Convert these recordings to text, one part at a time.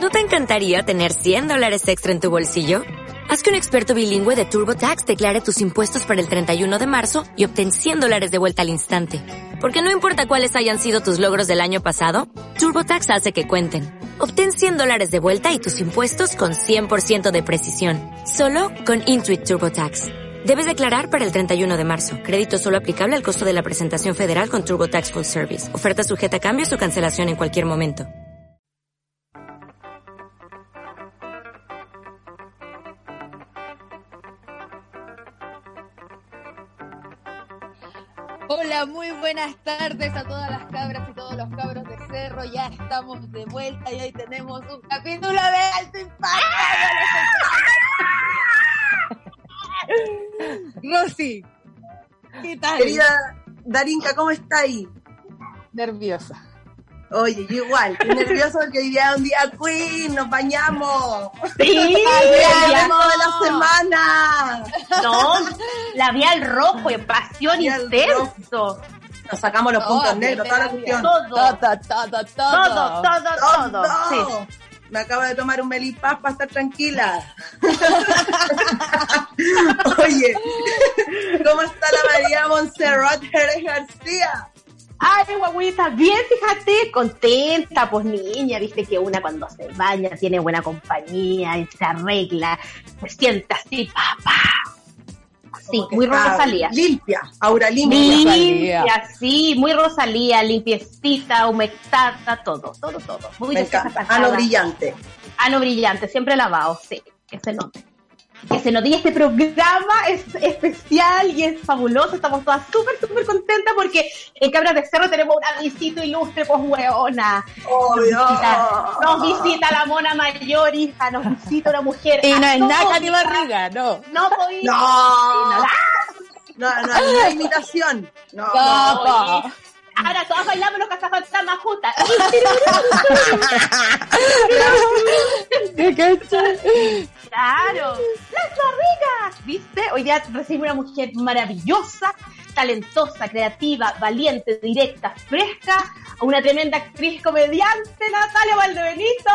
¿No te encantaría tener $100 extra en tu bolsillo? Haz que un experto bilingüe de TurboTax declare tus impuestos para el 31 de marzo y obtén $100 de vuelta al instante. Porque no importa cuáles hayan sido tus logros del año pasado, TurboTax hace que cuenten. Obtén $100 de vuelta y tus impuestos con 100% de precisión. Solo con Intuit TurboTax. Debes declarar para el 31 de marzo. Crédito solo aplicable al costo de la presentación federal con TurboTax Full Service. Oferta sujeta a cambios o cancelación en cualquier momento. Hola, muy buenas tardes a todas las cabras y todos los cabros de Cerro. Ya estamos de vuelta y hoy tenemos un capítulo de alto impacto. Rosy, ¿qué tal? Querida Darinka, ¿cómo está ahí? Nerviosa. Oye, yo igual, estoy nerviosa porque hoy día es un día queen, nos bañamos. Sí, toda la semana. No, labial rojo, pasión intenso. Nos sacamos los puntos negros, toda la cuestión. Todo. Sí. Me acabo de tomar un Melipaz para estar tranquila. Oye, ¿cómo está la María Montserrat Jerez García? Ay, guaguita, bien, fíjate, contenta, pues niña, viste que una cuando se baña tiene buena compañía y se arregla, se sienta así, papá. Sí, muy Rosalía. Limpia, aura limpia. Limpia, sí, muy Rosalía, limpiecita, humectada, todo. Muy me encanta, ano brillante. Ano brillante, siempre lavado, sí, que se note. Y este programa es especial y es fabuloso, estamos todas súper contentas porque en Cabras de Cerro tenemos una visita ilustre, pues hueona. Nos visita la mona mayor, hija, nos visita una mujer. Y no es Naca ni Barriga, no. No podía. No hay imitación. No. Ahora todas bailamos los cazafantasmas juntas. Claro. Las barrigas, ¿viste? Hoy día recibimos una mujer maravillosa, talentosa, creativa, valiente, directa, fresca, una tremenda actriz comediante, Natalia Valdebenito.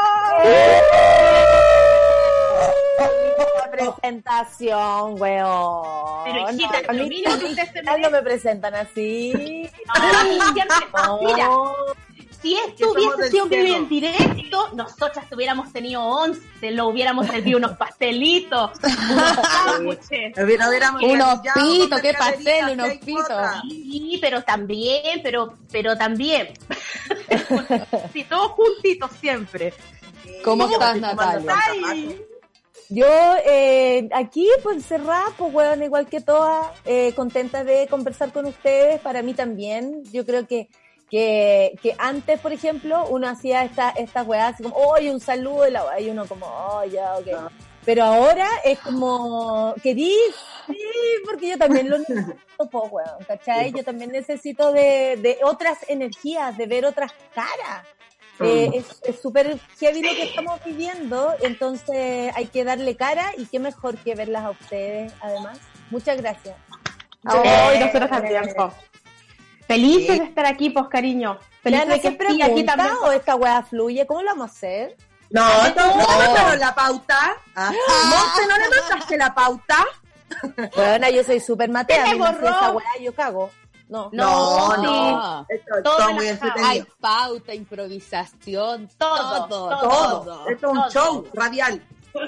Presentación, weón. Pero hijita, a mí no me presentan así. Mira, si esto hubiese sido un video en directo, nosotras hubiéramos tenido 11, lo hubiéramos servido unos pastelitos, unos sándwiches. Unos pitos, qué pastel, unos pitos. Sí, pero también. Sí, todos juntitos siempre. ¿Cómo estás, Natalia? Yo aquí, pues cerrada, pues weón, igual que todas, contenta de conversar con ustedes. Para mí también, yo creo que antes, por ejemplo, uno hacía esta weá así como, oye, un saludo, y uno como, oh, ya, ok. No. Pero ahora es como, ¿querís? Sí, porque yo también lo necesito, pues weón, ¿cachai? Yo también necesito de otras energías, de ver otras caras. Es súper heavy lo que estamos viviendo, entonces hay que darle cara y qué mejor que verlas a ustedes, además. Muchas gracias. Nosotros también. Felices de estar aquí, pues, cariño. Felices de que esté aquí también. ¿O esta weá fluye? ¿Cómo lo vamos a hacer? No la pauta. ¿Monte no le mandaste la pauta? Bueno, yo soy súper matea, a mí me hace esa weá, yo cago. No. Todo muy entretenido. Hay pauta, improvisación, todo. Esto es un show radial.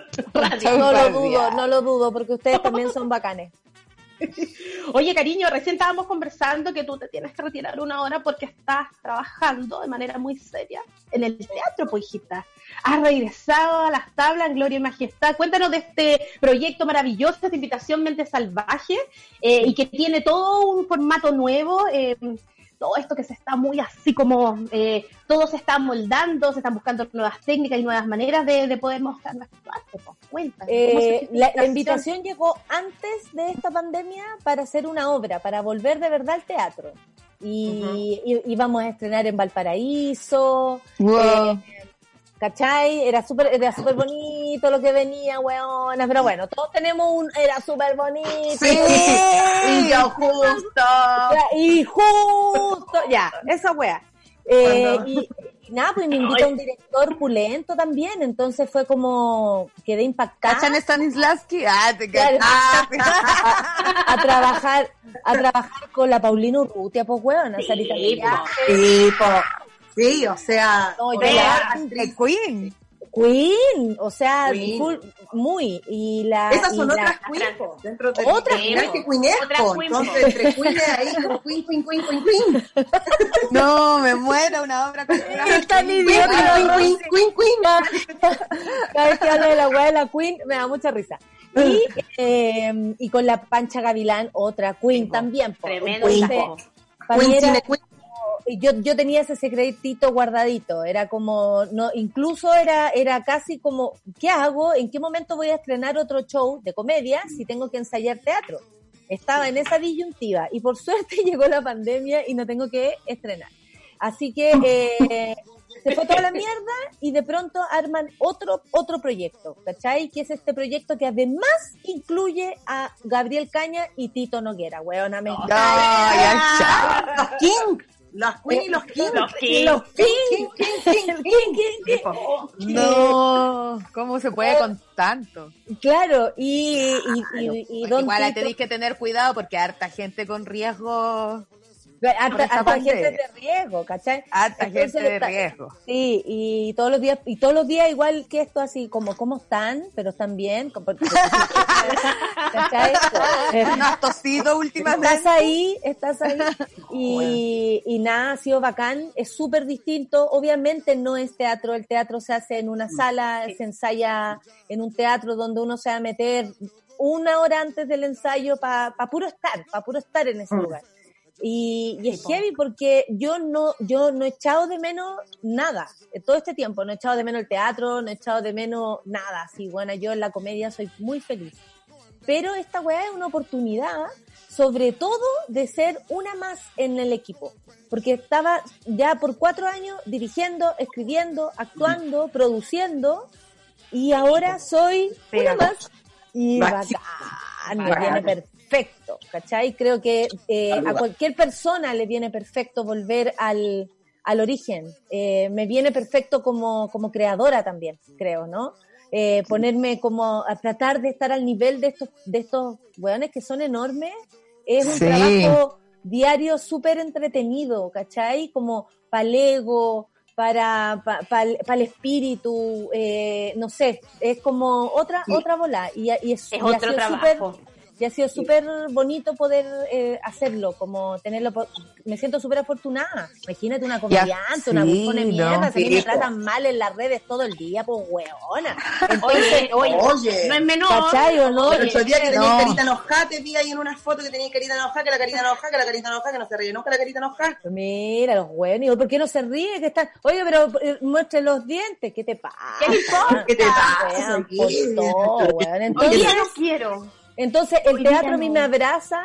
No lo dudo, porque ustedes también son bacanes. Oye, cariño, recién estábamos conversando que tú te tienes que retirar una hora porque estás trabajando de manera muy seria en el teatro, pues, hijita. Has regresado a las tablas en Gloria y Majestad. Cuéntanos de este proyecto maravilloso, esta invitación Mente Salvaje, y que tiene todo un formato nuevo, todo esto que se está muy así como, todo se está moldando, se están buscando nuevas técnicas y nuevas maneras de poder mostrar nuestro arte. Cuéntanos. La invitación llegó antes de esta pandemia para hacer una obra, para volver de verdad al teatro. Y vamos a estrenar en Valparaíso. Wow. ¿Cachai? Era súper bonito lo que venía, weona, pero bueno, todos tenemos era súper bonito. Sí. Y yo justo. Ya, esa wea. nada, pues me invita un director pulento también, entonces fue como, quedé impactada. ¿Cachan Stanislavski? Te Claro. cachas. A trabajar con la Paulina Urrutia, pues weón, a Sarita Millaje. Sí, o sea, No, yo The Queen. Queen, o sea, Queen. full, muy, y la... esas y son la- otras Queen, po, dentro de Otras final Queen. que Queenesco. Otras Queen, Entonces, entre Queen ahí, como Queen. No, me muero, una obra completa. Es tan idiota, Queen. Cada vez que hablo de la weá de la Queen, me da mucha risa. Y con la Pancha Gavilán, otra Queen también. Po. Tremendo Entonces, saco. para mí Queen, era- cine Queen. yo tenía ese secretito guardadito, era como, no, incluso era casi como, ¿qué hago? ¿En qué momento voy a estrenar otro show de comedia si tengo que ensayar teatro? Estaba en esa disyuntiva y por suerte llegó la pandemia y no tengo que estrenar. Así que se fue toda la mierda y de pronto arman otro proyecto, ¿cachai? Que es este proyecto que además incluye a Gabriel Caña y Tito Noguera, weona, me Los King. Las Queen y los King. Los King. Los King. No, ¿cómo se puede con tanto? Claro, y Don Igual Tito, tenéis que tener cuidado porque harta gente con riesgo, harta esa gente pandemia. de riesgo, ¿cachai? harta Entonces gente de está- riesgo. Sí, y todos los días igual que esto así como ¿cómo están? Pero están bien, ¿cachai? ¿No has tosido últimamente? Estás ahí y nada, ha sido bacán, es súper distinto, obviamente no es teatro, el teatro se hace en una sala, se ensaya en un teatro donde uno se va a meter una hora antes del ensayo para puro estar en ese lugar. Y es heavy porque yo no he echado de menos nada, todo este tiempo, no he echado de menos el teatro, no he echado de menos nada, así, bueno, yo en la comedia soy muy feliz. Pero esta weá es una oportunidad, sobre todo, de ser una más en el equipo. Porque estaba ya por 4 años dirigiendo, escribiendo, actuando, produciendo, y ahora soy una más. Y bacán, me viene perfecto, ¿cachai? Creo que a cualquier persona le viene perfecto volver al origen. Me viene perfecto como creadora también, creo, ¿no? Ponerme como a tratar de estar al nivel de estos weones que son enormes, es un trabajo diario súper entretenido, ¿cachai? Como para el ego, para el espíritu, no sé, es como otra bola y Es otro trabajo. Y ha sido súper bonito poder hacerlo, como tenerlo. Me siento súper afortunada. Imagínate una comediante, una bufona de mierda, si a mí me tratan mal en las redes todo el día, pues weona. Entonces, Oye. No es menor. ¿cachai o no? Pero el día que tenía No. carita enojada, te vi ahí en una foto que tenía carita enojada, que la carita enojada, que no se ríe nunca la carita enojada. Mira, los hueones, digo, ¿por qué no se ríe? Que están... Oye, pero muestre los dientes, ¿qué te pasa? ¿Qué le importa? ¿Qué te pasa? Weón, por todo, weón. Hoy día Entonces, no quiero. el teatro a mí me abraza,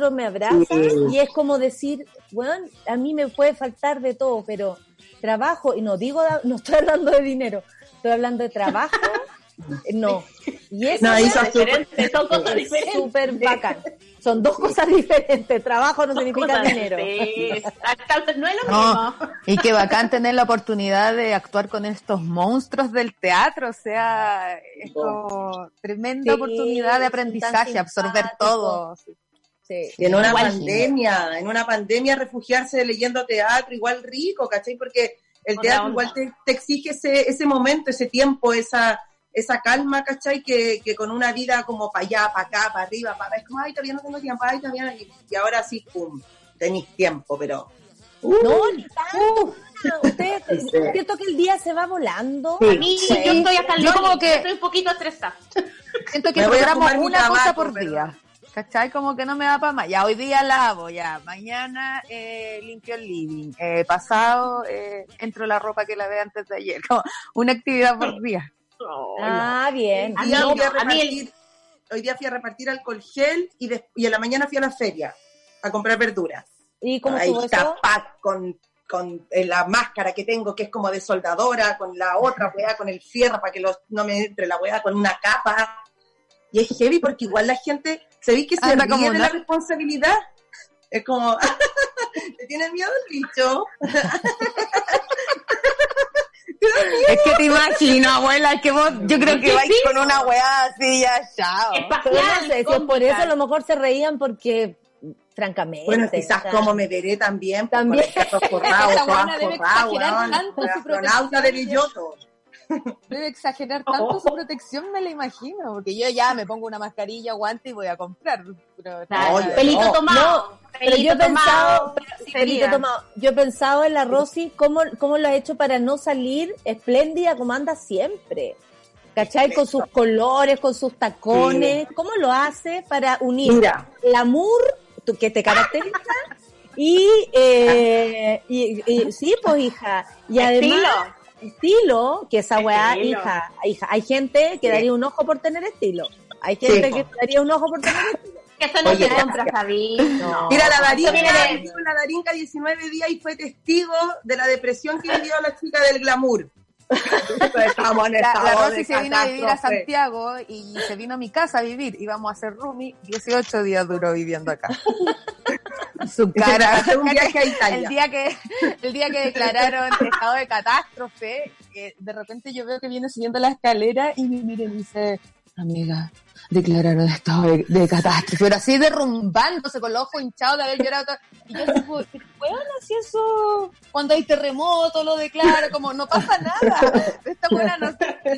y es como decir, bueno, a mí me puede faltar de todo, pero trabajo, y no estoy hablando de dinero, estoy hablando de trabajo, no. Y eso No, es eso es Son cosas diferentes. súper bacán. Son dos cosas diferentes, trabajo no significa Cosas- dinero. Sí, exacto, no es lo No, mismo. y qué bacán tener la oportunidad de actuar con estos monstruos del teatro, o sea, es como tremenda Sí, oportunidad de son aprendizaje, tan absorber simpáticos. todo. Sí. Y en una Igual pandemia refugiarse leyendo teatro, igual rico, ¿cachai? Porque el Otra teatro onda. igual te exige ese momento, ese tiempo, esa calma, ¿cachai? Que con una vida como para allá, para acá, para arriba, es como, ay, todavía no tengo tiempo, ay, todavía no, y ahora sí, pum, tenéis tiempo, pero... No, ni tanto. Usted, siento que el día se va volando. A mí, yo estoy hasta el Yo loli, como que- estoy un poquito estresada. Siento que Me voy a programo fumar mi una cosa tabaco, por pero- día. ¿Cachai? Como que no me da para más. Ya hoy día lavo, ya mañana limpio el living, pasado entro la ropa que lavé antes de ayer. Como una actividad por día. Bien. Hoy día no, fui a a mí repartir- hoy día fui a repartir alcohol gel y en la mañana fui a la feria a comprar verduras. ¿Y cómo Ahí estuvo está eso? Pac con la máscara que tengo, que es como de soldadora, con la otra weá, con el fierro para que no me entre la weá, con una capa. Y es heavy porque igual la gente se ve que se Anda ríe como de la una- responsabilidad. Es como, ¿te tiene miedo el bicho? Es que te imagino, abuela, que vos, yo creo que vais con una weá así ya, chao. Pero no sé, si es por eso a lo mejor se reían porque, francamente. Bueno, quizás o sea, como me veré también. También. Con los carros forrados, Esa todas buena debe forradas, exagerar weón. tanto su Astronauta de Belloto. Debe exagerar tanto su protección, me la imagino, porque yo ya me pongo una mascarilla, guante y voy a comprar. Pero, Claro, Oye, pelito no. tomado. Pero yo he pensado, sería. yo he pensado en la Rosy, ¿cómo lo ha hecho para no salir espléndida como anda siempre? ¿Cachai? Con sus colores, con sus tacones. ¿Cómo lo hace para unir Mira. el glamour que te caracteriza y sí, pues hija. Y además, estilo, que esa weá, hija, hay gente que daría un ojo por tener estilo. Hay gente Sí, que daría un ojo por tener estilo. Que eso no Oye, se compra, Javi. No. Mira, la Eso viene Darinka 19 días y fue testigo de la depresión que vivió la chica del glamour. Estamos en La estado Rosy de se vino a vivir a catástrofe. Santiago y se vino a mi casa a vivir. Íbamos a hacer roomie, 18 días duró viviendo acá. Su cara. Hacer un viaje a Italia. El día que declararon estado de catástrofe, de repente yo veo que viene subiendo la escalera y me mira y me dice, amiga, declararon estado de catástrofe, pero así derrumbándose con los ojos hinchados de haber llorado todo. Y yo tipo, bueno, si eso, cuando hay terremoto lo declaro, como no pasa nada. Esta buena no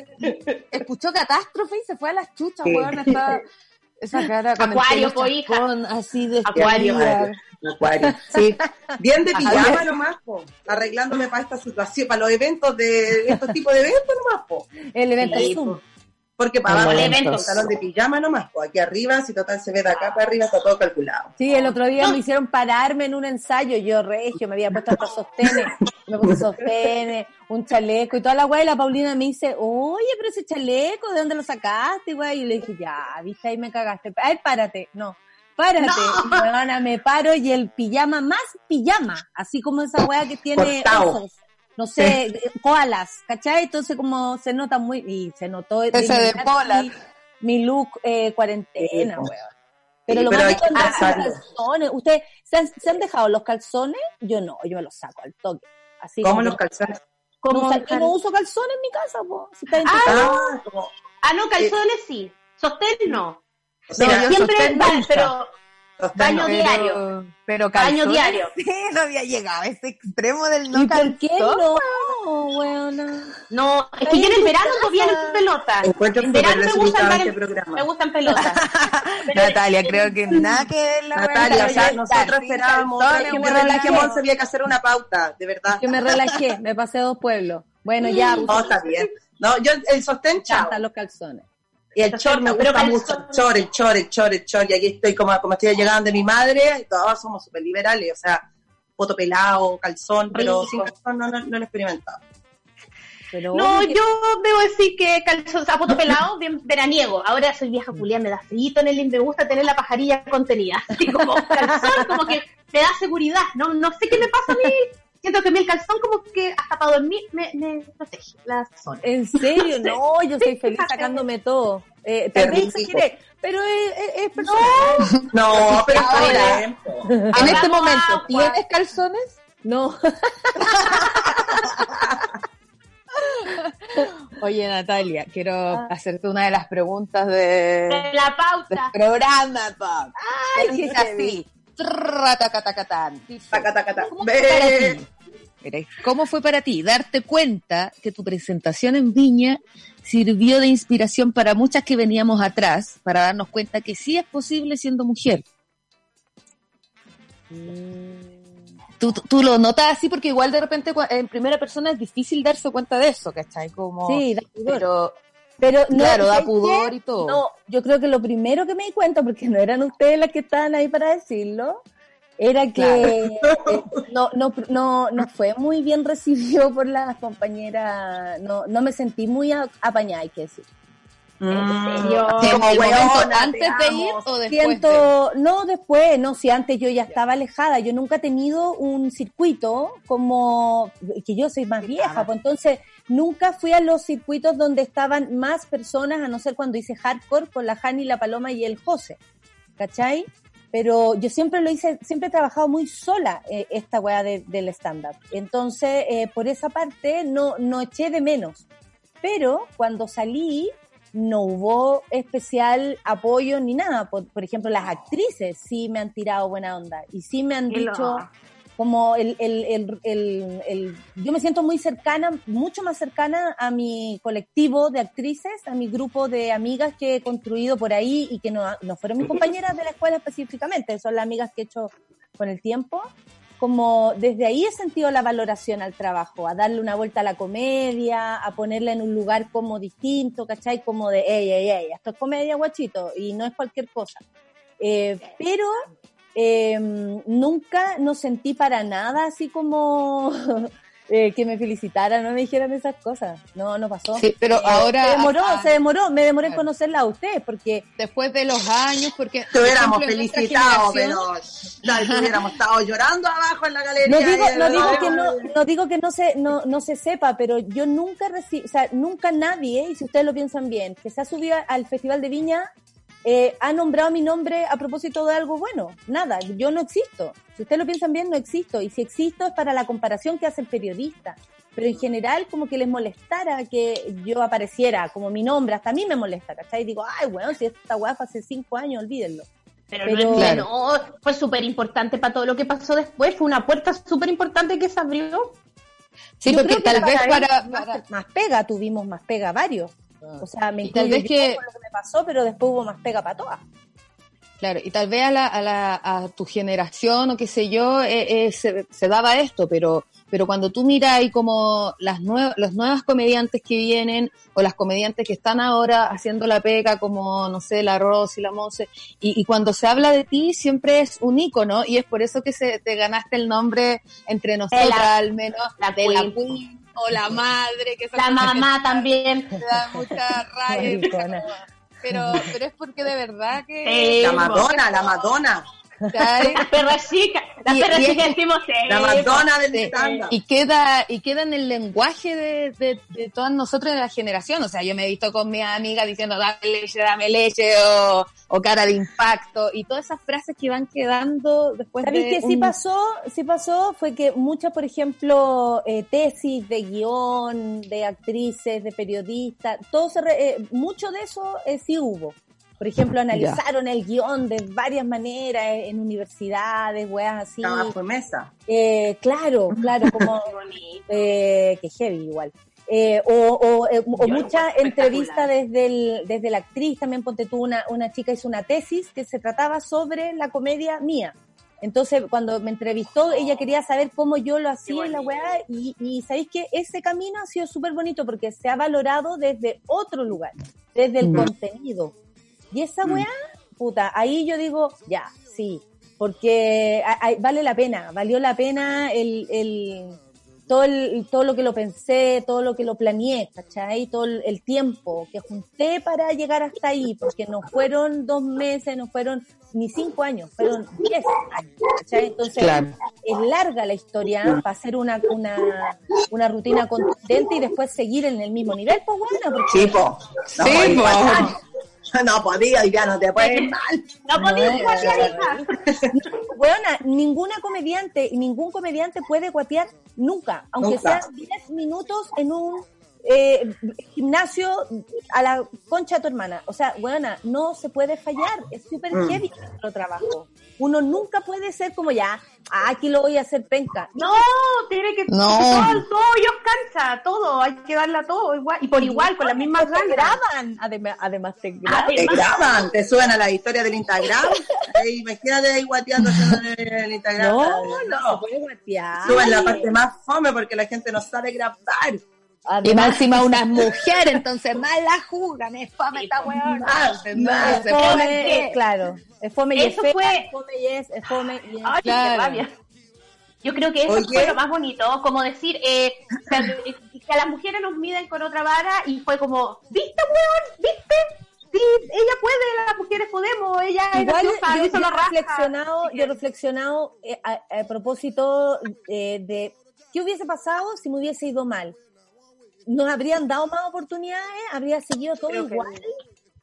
escuchó catástrofe y se fue a las chuchas, Sí. weón, está esa cara con Acuario, el po, pelo hija. chascón, así de Acuario. Acuario. Sí. Bien de pijama nomás, po. Arreglándome para esta situación, para los eventos de estos tipos de eventos nomás, po. El evento Sí, Zoom. Porque para abajo El el evento. pantalón de pijama nomás, po. Aquí arriba, si total se ve de acá para arriba, está todo calculado. Sí, el otro día me hicieron pararme en un ensayo, yo regio, me había puesto hasta sostenes, me puse sostenes, un chaleco y toda la weá, y la Paulina me dice, oye, pero ese chaleco, ¿de dónde lo sacaste, güey? Y yo le dije, ya, viste, ahí me cagaste. Ay, párate, no, párate. Y weona, me paro y el pijama, más pijama, así como esa weá que tiene Cortado. osos. No sé, koalas, ¿cachai? Entonces como se nota muy, y se notó Ese de inmediato polar. mi look cuarentena, Sí, weón. Pero sí, lo pero más hay rico que es los usarlo. calzones. ¿Ustedes se han dejado los calzones? Yo no, yo me los saco al toque. Así ¿Cómo como los que- calzones? Como yo no uso calzones en mi casa, po. Si está en tu Ah, casa. Ah, como, no, calzones sí. Sostén no. mira, yo Siempre, sostén nunca. pero sostén baño no. diario. Pero Baño calzones, diario. Sí, no había llegado a ese extremo del no ¿Y por qué calzón. no, weona? No, es que yo en el verano ando bien en pelotas. Encuentro En súper verano me gusta desubicado andar este en, programa. me gustan pelotas. Pero Natalia, creo que nada que ver la Natalia, weá, o sea, ya nosotros está, esperábamos, sin otra calzones, vez me que weón. relajé. Monse había que hacer una pauta, de verdad. Que me relajé, me pasé 2 pueblos. Bueno, ya, No, está bien. No, yo el sostén, me chao. encantan los calzones. Y el short me Pero gusta calzón- mucho, el short. Y aquí estoy como estoy llegando de mi madre, y todos somos súper liberales, o sea, poto pelado, calzón, pero Rico. sin calzón no lo he experimentado. Pero No, obvio que- yo debo decir que calzón, zapato pelado, bien veraniego. Ahora soy vieja culia, me da frito en el me gusta tener la pajarilla contenida. Así como calzón, como que me da seguridad. No sé qué me pasa a mí. Siento que a mí el calzón como que hasta para dormir me protege la zona. En serio, no, yo soy feliz fíjate. sacándome todo. Tal Qué vez rico. exageré, pero es personal. No, pero Ahora. está bien, po. En este Hagamos momento, agua. ¿tienes calzones? No, Oye, Natalia, quiero hacerte una de las preguntas de La del pauta. programa, Pop. Ay, Dice qué así. Trrratacatacatán. Dice, Taca, taca, taca. ¿Cómo fue para ti? Mira, ¿cómo fue para ti darte cuenta que tu presentación en Viña sirvió de inspiración para muchas que veníamos atrás, para darnos cuenta que sí es posible siendo mujer? Tú lo notas así porque igual de repente en primera persona es difícil darse cuenta de eso, ¿cachai? Como, sí, da pudor. pero no, claro, da ¿sabes pudor qué? y todo. No, yo creo que lo primero que me di cuenta, porque no eran ustedes las que estaban ahí para decirlo, era que no fue muy bien recibido por las compañeras, no me sentí muy apañada, hay que decir. ¿En serio? Sí, como Como momento weona, antes te de ir amo. o después Siento, no después, no, si antes yo ya estaba alejada, yo nunca he tenido un circuito como, que yo soy más vieja, pues entonces nunca fui a los circuitos donde estaban más personas, a no ser cuando hice hardcore con la Jani, la Paloma y el José, ¿cachai? pero yo siempre lo hice, siempre he trabajado muy sola esta weá del stand-up. Entonces, por esa parte no eché de menos. Pero cuando salí, no hubo especial apoyo ni nada. Por ejemplo, las actrices sí me han tirado buena onda y sí me han dicho como yo me siento muy cercana, mucho más cercana a mi colectivo de actrices, a mi grupo de amigas que he construido por ahí y que no fueron mis compañeras de la escuela específicamente, son las amigas que he hecho con el tiempo. Como desde ahí he sentido la valoración al trabajo, a darle una vuelta a la comedia, a ponerla en un lugar como distinto, ¿cachai? Como de, ey, esto es comedia, guachito, y no es cualquier cosa. Pero nunca no sentí para nada así como que me felicitaran, no me dijeran esas cosas. No pasó. Sí, pero ahora... Se demoró, me demoré en conocerla a usted, porque... Después de los años, porque... Te hubiéramos felicitado, pero... No, hubiéramos estado llorando abajo en la galería. No digo que no se sepa, pero yo nunca nunca nadie, y si ustedes lo piensan bien, que se ha subido al Festival de Viña, ha nombrado mi nombre a propósito de algo bueno. Nada, yo no existo. Si ustedes lo piensan bien, no existo. Y si existo es para la comparación que hace el periodista. Pero en general, como que les molestara que yo apareciera como mi nombre. Hasta a mí me molesta, ¿cachai? Digo, ay, bueno, si esta weá fue hace 5 años, olvídenlo. Pero no, fue súper importante para todo lo que pasó después. Fue una puerta súper importante que se abrió. Sí, yo porque tal vez más pega, tuvimos más pega varios. O sea, me tal vez incluyo con lo que me pasó, pero después hubo más pega para todas. Claro, y tal vez a tu generación o qué sé yo, se daba esto, pero cuando tú miras ahí como los nuevas comediantes que vienen, o las comediantes que están ahora haciendo la pega, como, no sé, la Rosy, la Monse, y cuando se habla de ti, siempre es un ícono, y es por eso que te ganaste el nombre entre nosotras, al menos, de la Queen, o la madre, que la mamá también. Te da mucha rabia. Pero es porque de verdad que... La Madonna. La perra chica decimos la Madonna del stand-up. Y queda en el lenguaje de todas nosotros de la generación. O sea, yo me he visto con mi amiga diciendo dame leche o cara de impacto, y todas esas frases que van quedando después. ¿Sabéis que sí pasó? Fue que muchas, por ejemplo, tesis de guión, de actrices, de periodistas, mucho de eso sí hubo. Por ejemplo, analizaron el guión de varias maneras en universidades, weas así. Trabajo en mesa. Claro, como que heavy igual. O muchas entrevistas desde la actriz, también ponte tú, una chica hizo una tesis que se trataba sobre la comedia mía. Entonces, cuando me entrevistó, ella quería saber cómo yo lo hacía en la weá, y sabéis que ese camino ha sido súper bonito porque se ha valorado desde otro lugar, desde el contenido. Y esa weá, puta, ahí yo digo, ya, sí, porque valió la pena todo lo que lo pensé, todo lo que lo planeé, ¿cachai? Todo el tiempo que junté para llegar hasta ahí, porque no fueron 2 meses, no fueron ni 5 años, fueron 10 años, ¿cachai? Entonces, claro, es larga la historia para hacer una rutina contundente y después seguir en el mismo nivel, pues bueno, porque... No podía, ya no te puedes ir mal. No podía guatear, hija. Buena, ningún comediante puede guatear nunca, aunque sean 10 minutos en un gimnasio a la concha de tu hermana. O sea, buena, no se puede fallar, es súper heavy nuestro trabajo. Uno nunca puede ser como ya, aquí lo voy a hacer penca. No, tiene que todo ellos cansa, todo, hay que darle a todo igual, y por igual, con las mismas ganas. Graban, además te graban. Te graban, te suben a la historia del Instagram. Imagínate ahí guateando en el Instagram. No se puede guatear. Suben la parte más fome porque la gente no sabe grabar. Además, y más encima unas mujeres, entonces más la jugan, es fome esta weona. Es fome, claro. Es fome y es fea, es fome y es... Ay, qué rabia. Yo creo que eso fue lo más bonito, como decir, que a las mujeres nos miden con otra vara, y fue como, ¿viste, weón? ¿Viste? Sí, ella puede, las mujeres podemos, ella es graciosa, yo he reflexionado a propósito de qué hubiese pasado si me hubiese ido mal. ¿Nos habrían dado más oportunidades? ¿Habría seguido todo igual?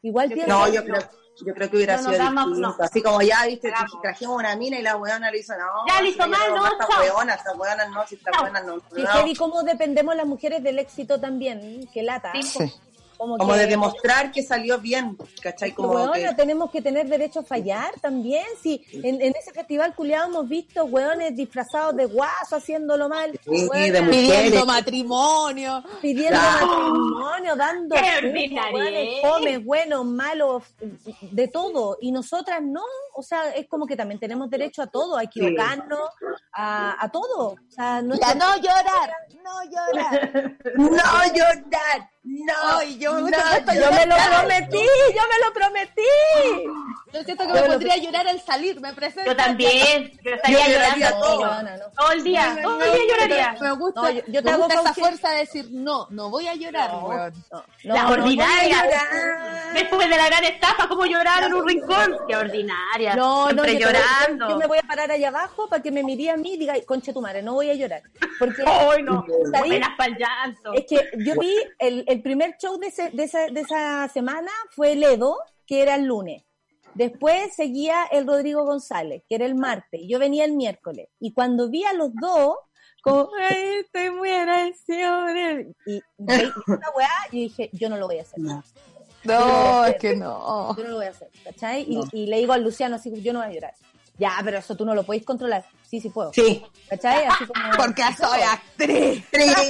Igual tiene... No, yo creo que hubiera No, sido no, distinto. no. Así como ya, viste, Vamos. trajimos una mina y la weona lo hizo, no. Ya, listo, mal, no, Estas chao. weonas no, si estas Chao. weonas no. Y no. heavy cómo dependemos las mujeres del éxito también, que lata. Sí. Sí. Como de demostrar que salió bien, ¿cachai? Como Weona, que... tenemos que tener derecho a fallar también. Si en ese festival culiado hemos visto weones disfrazados de guaso haciéndolo mal, Sí, weona, de mujeres. Pidiendo matrimonio. pidiendo Claro. matrimonio, dando ¡Qué frutos, ordinaria! weones, fomes, buenos, malos, de todo. Y nosotras no. O sea, es como que también tenemos derecho a todo, a equivocarnos, a todo. O sea, no es Ya que- no llorar, no llorar. No llorar, no. Ay, yo me no, gusta yo me lo prometí. Yo siento que Yo me lo- pondría a llorar al salir, me presento. Yo también, yo estaría Yo lloraría llorando todo. Weona, no. todo el día, todo el día lloraría. Me gusta, No, yo te me hago gusta esa caution. fuerza de decir no voy a llorar, weón. La no, ordinaria. llorar. Después de la gran estafa, como llorar en un rincón. Qué ordinaria. No, Siempre yo, llorando. yo me voy a parar allá abajo para que me mire a mí y diga, conche tu madre, no voy a llorar. Porque Ay, no. ¿sabes? Apenas para el llanto. es que yo vi el primer show de esa semana fue el Edo, que era el lunes. Después seguía el Rodrigo González, que era el martes. Yo venía el miércoles. Y cuando vi a los dos, como, ay, estoy muy agradecido. Y veí esta weá, y dije, yo no lo voy a hacer. No, es que no. Yo no lo voy a hacer, ¿cachai? Y le digo al Luciano, así, yo no voy a llorar. Ya, pero eso tú no lo podéis controlar. Sí, sí puedo. Sí. ¿Cachai? Así como... Porque soy actriz.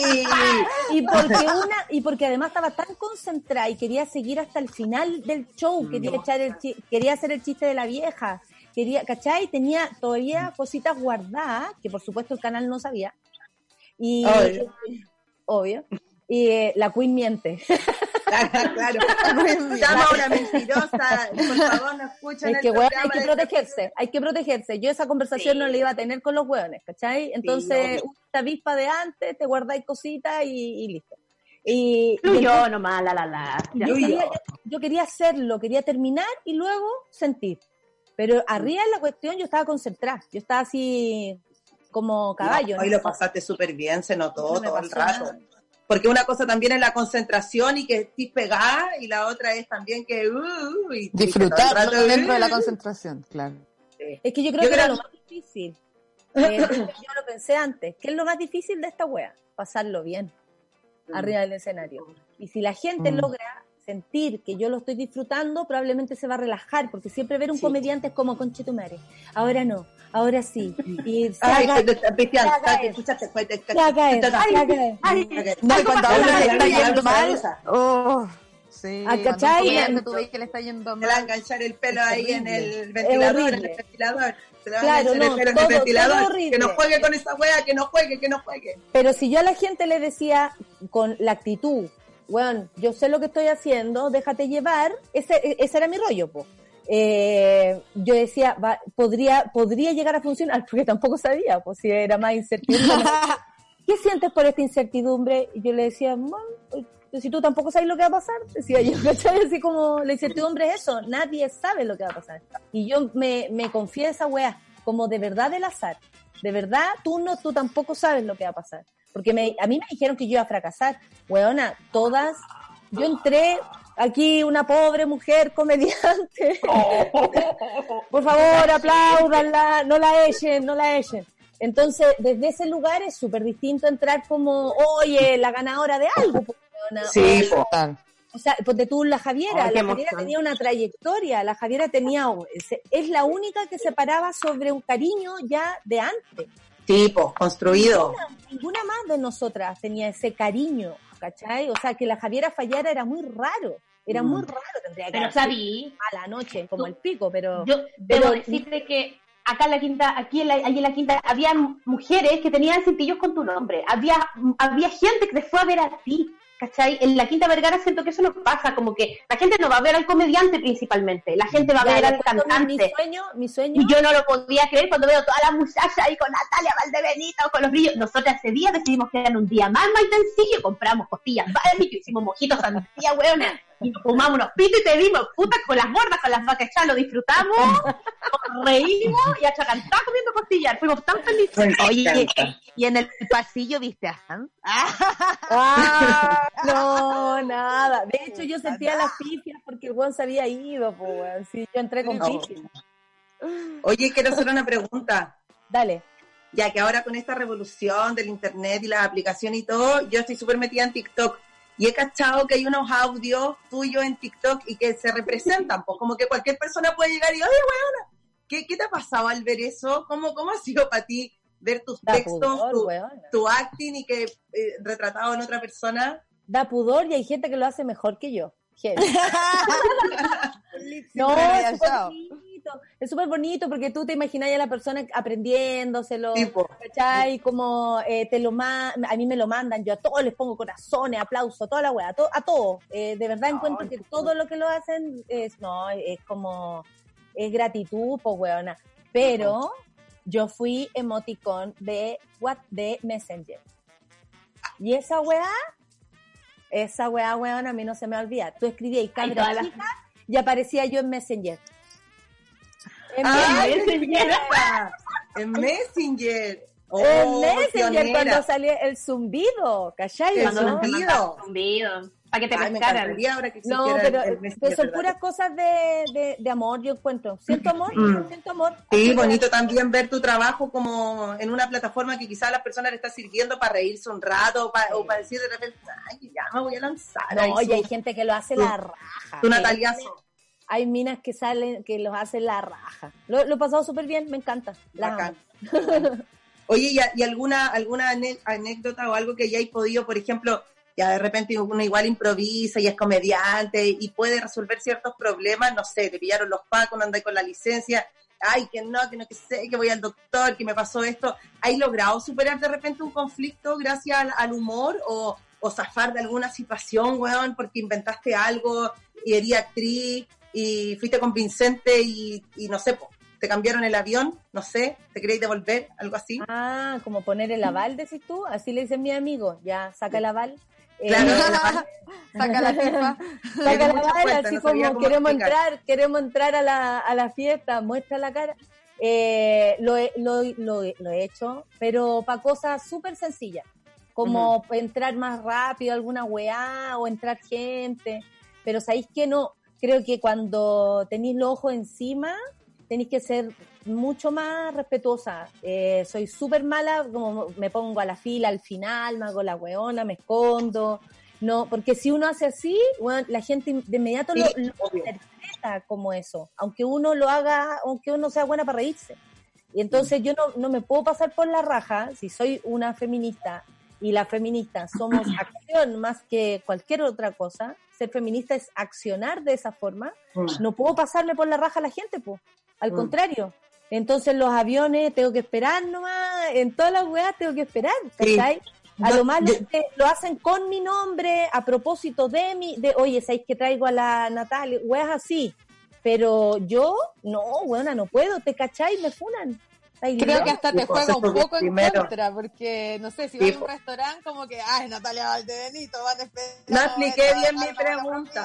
Y porque además estaba tan concentrada y quería seguir hasta el final del show, quería hacer el chiste de la vieja, ¿cachai? Tenía todavía cositas guardadas, que por supuesto el canal no sabía. Y obvio. Y la Queen miente. Claro. Llama a una mentirosa, por favor, no escuchen Es que, weón, hay que protegerse. Yo esa conversación no la iba a tener con los weones, ¿cachai? Entonces, esta avispa de antes, te guardáis cositas y listo. Y Yo nomás, la. Ya. yo quería hacerlo, quería terminar y luego sentir. Pero arriba en la cuestión yo estaba concentrada. Yo estaba así como caballo. Hoy ¿no? lo pasaste súper bien, se notó No me todo el pasó rato. nada. Porque una cosa también es la concentración y que estés pegada, y la otra es también que y Disfrutar todo el rato, dentro de la concentración, claro. Es que yo creo que era lo más difícil. Yo lo pensé antes. ¿Qué es lo más difícil de esta wea? Pasarlo bien arriba del escenario. Y si la gente logra sentir que yo lo estoy disfrutando, probablemente se va a relajar, porque siempre ver un comediante es como conchetumare. Ahora no, ahora sí. Y Ay, saca- te escuchaste, saca eso. No, y cuando a uno le está yendo mal, se sí, Ah, ¿cachai? cuando tú ves que le está yendo le va a mal. enganchar el pelo ahí en el Es ventilador, en horrible. el ventilador. Se le va Claro, a enganchar no, el pelo en todo- el ventilador. todo horrible. Que no juegue con esa wea, que no juegue. Pero si yo a la gente le decía con la actitud, bueno, yo sé lo que estoy haciendo, déjate llevar, ese era mi rollo, po. Yo decía, podría llegar a funcionar, porque tampoco sabía, pues si era más incertidumbre. ¿Qué sientes por esta incertidumbre? Y yo le decía, si tú tampoco sabes lo que va a pasar, decía yo, ¿cachai? Así como la incertidumbre es eso, nadie sabe lo que va a pasar. Y yo me confié en esa weá, como de verdad del azar. De verdad, tú tampoco sabes lo que va a pasar. Porque a mí me dijeron que yo iba a fracasar. Weona, yo entré aquí una pobre mujer comediante. Por favor, apláudanla, no la echen. Entonces, desde ese lugar es súper distinto entrar como, oye, la ganadora de algo. Pues, weona. Sí, po. O sea, ponte tú la Javiera. Ay, La qué Javiera emoción. tenía una trayectoria. La Javiera es la única que se paraba sobre un cariño ya de antes. Tipo, construido. Ninguna más de nosotras tenía ese cariño, ¿cachai? O sea, que la Javiera fallara era muy raro. Era muy raro, tendría que Pero haber sido sabí, a la noche, como el pico, pero... yo debo decirte que acá en la quinta, allí en la quinta, había mujeres que tenían cintillos con tu nombre. Había gente que te fue a ver a ti, ¿cachai? En la Quinta Vergara siento que eso no pasa, como que la gente no va a ver al comediante principalmente, la gente va a ver al cantante. Mi sueño... Y yo no lo podía creer cuando veo todas las muchachas ahí con Natalia Valdebenito, con los brillos. Nosotras ese día decidimos que era un día más sencillo, compramos costillas barbecue, hicimos mojitos sandía, weona, y nos fumamos unos pitos y te dimos, puta, con las gordas, con las vacas ya lo disfrutamos, nos reímos y hasta cantar comiendo costillas. Fuimos tan felices. Oye, y en el pasillo viste a Hans. No, nada. De hecho, yo sentía las pifias porque el weón se había ido, pues, weón. Sí, yo entré con Pichi. Oye, quiero hacer una pregunta. Dale. Ya que ahora con esta revolución del internet y las aplicaciones y todo, yo estoy súper metida en TikTok. Y he cachado que hay unos audios tuyos en TikTok y que se representan, pues como que cualquier persona puede llegar y, oye, weona, ¿qué te ha pasado al ver eso? ¿Cómo ha sido para ti ver tus Da textos, pudor, tu acting y que retratado en otra persona? Da pudor y hay gente que lo hace mejor que yo. Gente. No, Pero es súper bonito. Es súper bonito porque tú te imaginas a la persona aprendiéndoselo, Tipo. ¿cachai? Como a mí me lo mandan, yo a todos les pongo corazones, aplausos, toda la wea, a todos. De verdad encuentro que todo lo que lo hacen es como, es gratitud, pues weona. Pero yo fui emoticón de Messenger. Y esa weá, weón, a mí no se me olvida. Tú escribías cabra chica y aparecía yo en Messenger. En Messenger. En Messenger. Oh, en Messenger, pionera. cuando salía el zumbido, ¿cachai? El ¿no? zumbido. Para que te Ay, me pescaran. encantaría ahora que No, existiera pero el Messenger, son ¿verdad? puras cosas de amor, yo encuentro. Siento amor, siento amor. Sí, Así bonito también ver tu trabajo como en una plataforma que quizás a las personas le está sirviendo para reírse un rato o para decir de repente, ay, ya me voy a lanzar. No, y hay gente que lo hace la raja. Tu Nataliazo. Hay minas que salen, que los hacen la raja. Lo he pasado súper bien, me encanta. Las Bacán. amo. Oye, ¿y alguna anécdota o algo que hayáis podido, por ejemplo, ya de repente uno igual improvisa y es comediante y puede resolver ciertos problemas, no sé, te pillaron los pacos, no andáis con la licencia, ay, que que sé, que voy al doctor, que me pasó esto, ¿hay logrado superar de repente un conflicto gracias al humor o zafar de alguna situación, weón, porque inventaste algo y erí actriz y fuiste convincente y no sé, te cambiaron el avión, no sé, te queréis devolver, algo así? Ah, como poner el aval, decís tú, así le dicen mis amigos, ya, saca el aval. Claro, Saca la FIFA. Saca Tiene la muchas aval, vueltas, así no sabía como cómo explicar. queremos entrar a la fiesta, muestra la cara. Lo he hecho, pero para cosas súper sencillas, como entrar más rápido a alguna weá o entrar gente, pero sabéis que no, creo que cuando tenéis los ojos encima, tenéis que ser mucho más respetuosa. Soy súper mala, como me pongo a la fila al final, me hago la weona, me escondo. No, porque si uno hace así, bueno, la gente de inmediato Sí, lo obvio. interpreta como eso, aunque uno lo haga, aunque uno sea buena para reírse. Y entonces yo no me puedo pasar por la raja si soy una feminista y las feministas somos acción más que cualquier otra cosa. Ser feminista es accionar de esa forma. No puedo pasarme por la raja a la gente, pues. Al contrario. Entonces los aviones tengo que esperar nomás, en todas las weas tengo que esperar, ¿cachai? A lo más lo hacen con mi nombre, a propósito oye, ¿sabéis que traigo a la Natalia? Weas así. Pero yo, no, weona, no puedo, ¿te cachai? Me funan. Creo que hasta te Sí, juega un pues, poco en primero. contra, porque, no sé, si Sí, vas a un restaurante, como que, ay, Natalia Valdebenito, van a esperar. No expliqué bien mi pregunta.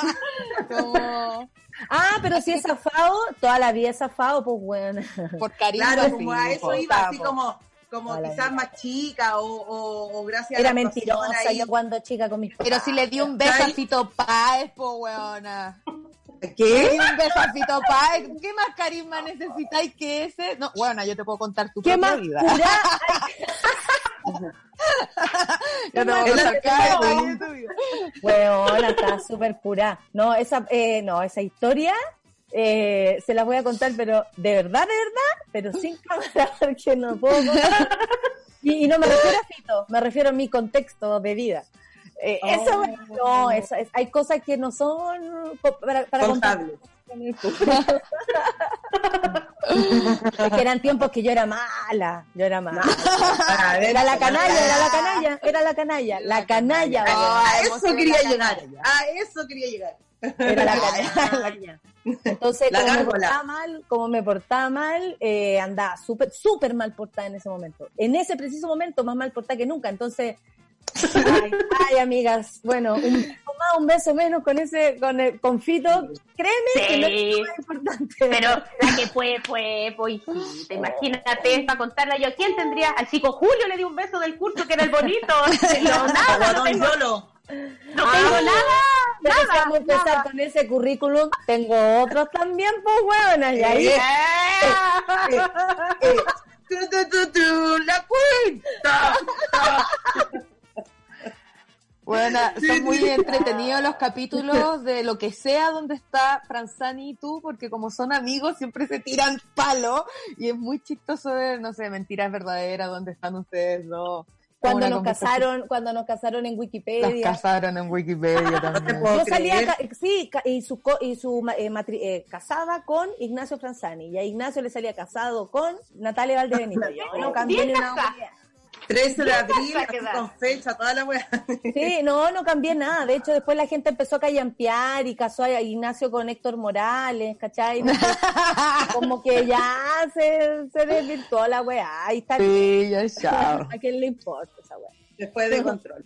Como, pero si es zafado, toda la vida es zafado, pues bueno. por cariño. Claro, como a sí, eso po. iba, así como Hola, quizás más chica o gracias Era a la actuación mentirosa ahí. yo cuando chica con mis papás. Pero si le di un beso a Fito Páez, po, weona. Le ¿Qué? di un beso a Fito Páez. ¿Qué más carisma necesitáis que ese? No, weona, yo te puedo contar tu ¿Qué propia más vida. pura? Yo te puedo contar cada detalle de tu vida. Weona, está súper curada. No, esa historia se las voy a contar, pero de verdad, pero sin cámara, porque no puedo contar. Y no me refiero a Fito, me refiero a mi contexto de vida. Hay cosas que no son para contar. Contable. Es que eran tiempos que yo era mala. Era la canalla. A eso emoción, quería la llegar. canalla. A eso quería llegar. Era la canalla. Entonces, La como gárgola. me portaba mal, andaba súper mal portada en ese momento. En ese preciso momento, más mal portada que nunca. Entonces, ay, amigas, bueno, un beso más, un beso menos con Fito, créeme que no es lo más importante. Pero la que fue, pues, hijita, imagínate, para contarla yo, ¿quién tendría? Al chico Julio le di un beso del curso que era el bonito, no, nada, no tengo nada. pero si vamos a empezar con ese currículum, tengo otros también, pues, huevona, y ahí... La cuenta. Bueno, son muy entretenidos los capítulos de lo que sea donde está Franzani y tú, porque como son amigos siempre se tiran palo y es muy chistoso ver, no sé, mentiras verdaderas, donde están ustedes dos. Cuando nos casaron en Wikipedia. Las casaron en Wikipedia también. Yo salía, casada con Ignacio Franzani, y a Ignacio le salía casado con Natalia Valdebenito. Yo no cambié ni una hueá. 13 de abril, con fecha, toda la weá. Sí, no cambié nada. De hecho, después la gente empezó a callampear y casó a Ignacio con Héctor Morales, ¿cachai? Como que ya se desvirtuó la weá. Ahí está. Sí, ya chao. ¿A quién le importa esa weá? Después de control.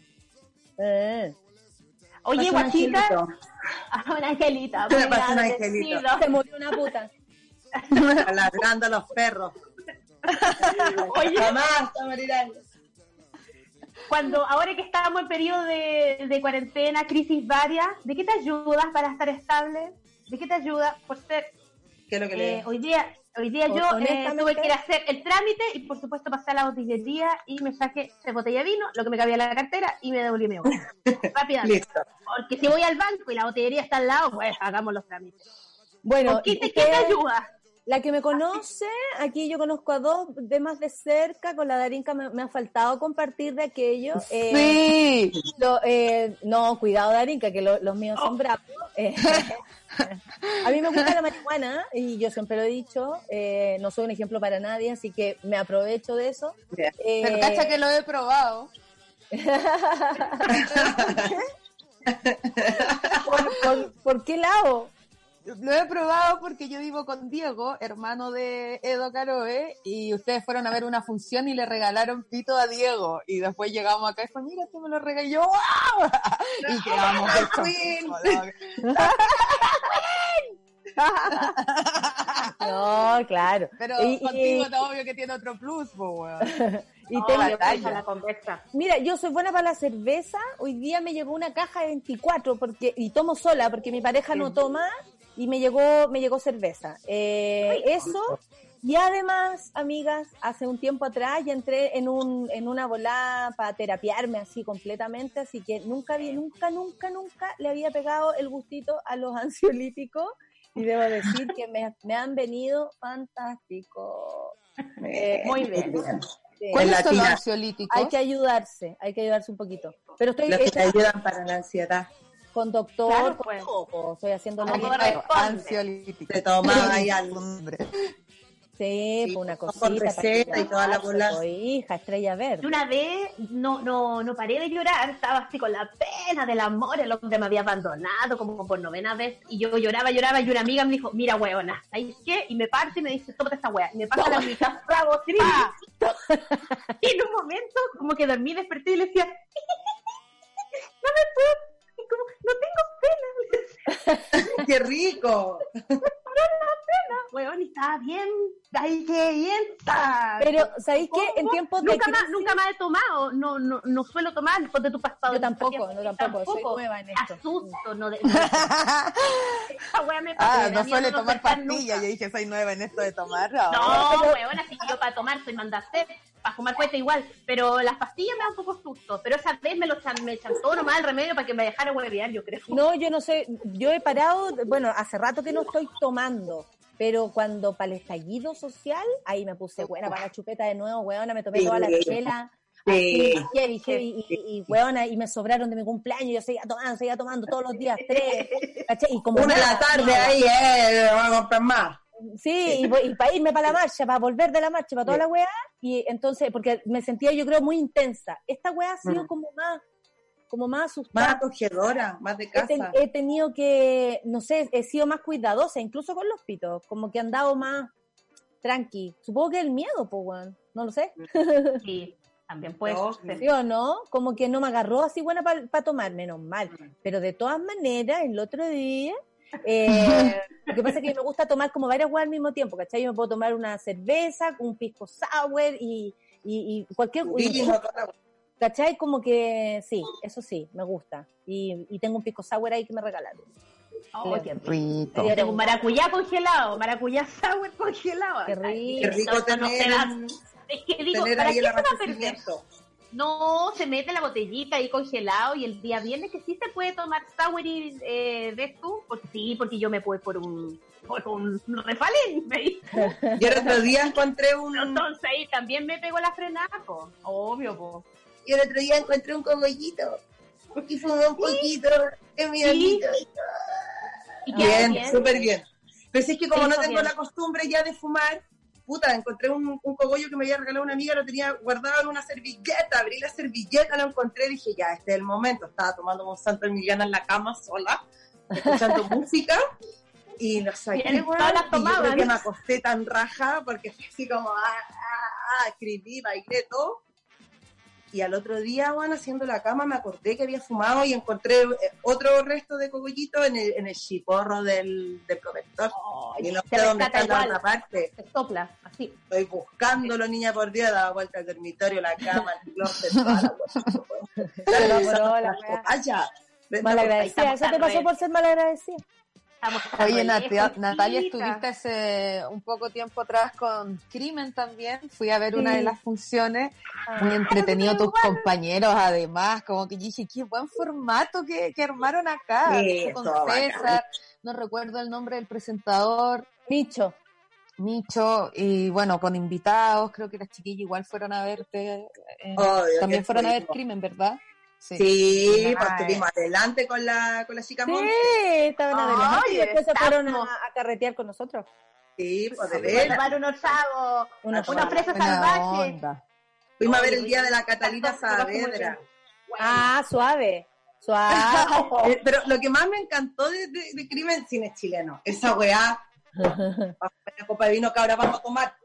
Oye, guachita. Una angelita. Me pasó un angelito. Se murió una puta. Ladrando a los perros. Oye, Jamás a morir algo. ahora que estamos en periodo de cuarentena, crisis varias, ¿de qué te ayudas para estar estable? ¿De qué te ayuda por ser? ¿Qué es lo que le Hoy día yo tuve que ir a hacer el trámite y por supuesto pasé a la botillería y me saqué 3 botellas de vino, lo que me cabía en la cartera, y me devolví mi bolsa. Rápidamente. Listo. Porque si voy al banco y la botillería está al lado, pues hagamos los trámites. Bueno, ¿Qué te ayuda? La que me conoce, aquí yo conozco a 2 de más de cerca, con la Darinka me ha faltado compartir de aquello. Sí. No, cuidado Darinka, que los míos son bravos. A mí me gusta la marihuana, y yo siempre lo he dicho, no soy un ejemplo para nadie, así que me aprovecho de eso. Pero cacha que lo he probado. ¿Por qué lado? Lo he probado porque yo vivo con Diego, hermano de Edo Caroe, y ustedes fueron a ver una función y le regalaron pito a Diego. Y después llegamos acá y fue, mira, tú me lo regaló. Y yo, ¡wow! Y quedamos No, claro. Pero contigo está obvio que tiene otro plus, weón. La conversa. Mira, yo soy buena para la cerveza. Hoy día me llegó una caja de 24 y tomo sola porque mi pareja no toma, y me llegó cerveza. Eso. Y además, amigas, hace un tiempo atrás ya entré en una volada para terapiarme así completamente, así que nunca le había pegado el gustito a los ansiolíticos, y debo decir que me han venido fantásticos. Muy bien. ¿Cuáles son los ansiolíticos? Hay que ayudarse un poquito. Pero estoy Los que te ayudan para la ansiedad. con doctor, Claro, con pues. todo, estoy haciendo lo que Ansiolíticos. Te tomaban ahí algo. sí, Sí, una con cosita receta y toda la bola. hija, estrella verde. Una vez no paré de llorar, estaba así con la pena del amor, el hombre me había abandonado como por 9ª vez, y yo lloraba, y una amiga me dijo, mira huevona, ¿sabes qué? Y me parte y me dice, tómate esta hueá, y me pasa la mitad trago triste. Y en un momento, como que dormí, desperté y le decía, no me puedo, y como, no tengo pena. ¡Qué rico! Huevón, y estaba bien, ay, qué bien está. Pero, ¿sabéis qué? En tiempos de crisis... Nunca más he tomado, no suelo tomar después de tu pasado. Yo tampoco, soy nueva en esto. Asusto, no. Esa wea me pasa. No suele tomar pastillas, yo dije, soy nueva en esto de tomar. No, huevón, así que yo para tomar soy mandaste, para fumar cuesta igual, pero las pastillas me dan un poco susto, pero esa vez me chantó nomás el remedio para que me dejara huevear, yo creo. No, yo no sé, yo he parado, bueno, hace rato que no estoy tomando, pero cuando para el estallido social, ahí me puse buena para la chupeta de nuevo, weona, me tomé toda la chela, Sí. y weona, y me sobraron de mi cumpleaños, yo seguía tomando todos los días 3, ¿cachai? Y como 1 de la tarde ahí, vamos a comprar más. Sí, y para irme para la marcha, para volver de la marcha, para toda la weá, y entonces, porque me sentía yo creo muy intensa. Esta weá ha sido como más asustada. Más acogedora, más de casa. He tenido que, no sé, he sido más cuidadosa, incluso con los pitos, como que he andado más tranqui. Supongo que el miedo, pues, weón, no lo sé. Sí, también puede ser. ¿Sí o no? Como que no me agarró así buena para tomar, menos mal. Pero de todas maneras, el otro día... lo que pasa es que me gusta tomar como varias weas al mismo tiempo, ¿cachai? Yo me puedo tomar una cerveza, un pisco sour y cualquier... ¿cachai? Como que sí, eso sí, me gusta. Y tengo un pisco sour ahí que me regalaron. Oh, qué Rico. Tengo un maracuyá congelado, maracuyá sour congelado. Qué rico. Ay, Qué rico no, no tener, se va. Es que digo, tener ¿para ahí qué el se va a perder? abastecimiento. No, se mete la botellita ahí congelado y el día viernes que sí se puede tomar sour y ves tú, porque sí, porque yo me pude por un refalín, ¿veis? Yo el otro día encontré un Entonces ahí también me pegó la frenada, po. Obvio, po. cogollito. Porque fumé un poquito en mi Sí. amiguito. ¿Y qué Bien, súper bien. Pero si es que como Sí, no está tengo bien. la costumbre ya de fumar, puta, encontré un cogollo que me había regalado una amiga, lo tenía guardado en una servilleta, abrí la servilleta, lo encontré, dije, ya, este es el momento. Estaba tomando un santo Emiliana en la cama sola, escuchando música, y lo saqué, Bien, weón, todas las y yo creo tomaban. que me acosté tan raja, porque fue así como, escribí, bailé todo. Y al otro día, bueno, haciendo la cama, me acordé que había fumado y encontré otro resto de cogollito en el chiporro del protector. Y no se sé dónde rescata está la igual. otra parte. Se sopla, así. Estoy buscándolo, niña por Dios, daba vuelta al dormitorio, la cama, el closet, toda la cosa. Se evaporó la weá. Vaya. Malagradecida, eso te pasó por ser malagradecida. Oye, Natalia, Natalia, estuviste hace un poco tiempo atrás con Crimen también. Fui a ver una de las funciones. Muy entretenido tus compañeros, además. Como que yo dije, qué buen formato que armaron acá. Sí, Con todo bacán. César, no recuerdo el nombre del presentador. Micho, y bueno, con invitados. Creo que las chiquillas igual fueron a verte. Obvio También que fueron a ver fuimos. Crimen, ¿verdad? Sí, pues estuvimos adelante con la chica Sí, Monte. estaban Ay, adelante y después se fueron estamos. a carretear con nosotros. Sí, pues de Voy a veras. tomar unos chavos, Unos una fresa Buena salvaje. onda. Fuimos a ver Oye, el día de la Catalina está todo muy Saavedra. bien. Ah, suave. Pero lo que más me encantó de Crimen, cine es chileno. Esa weá, la copa de vino que ahora vamos a tomar.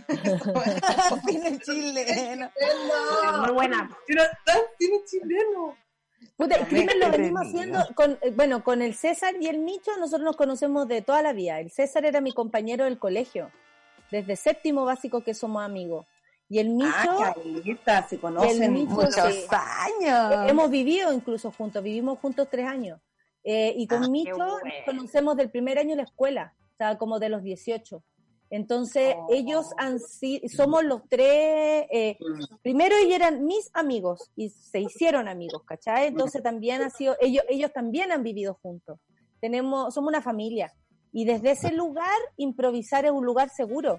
Cine chileno. Muy buena. Era tan cine chileno. Puta, el Crimen lo venimos entretenido. haciendo con el César y el Micho. Nosotros nos conocemos de toda la vida. El César era mi compañero del colegio, desde séptimo básico que somos amigos. Y el Micho, Caleta, se el conocen Micho, mucho. sí. años. Hemos vivido incluso juntos, vivimos juntos 3 años. Y con Micho bueno. nos conocemos del primer año en la escuela, o sea, como de los 18. Entonces, ellos somos los tres, primero ellos eran mis amigos y se hicieron amigos, ¿cachai? Entonces también ellos también han vivido juntos. Somos una familia. Y desde ese lugar, improvisar es un lugar seguro.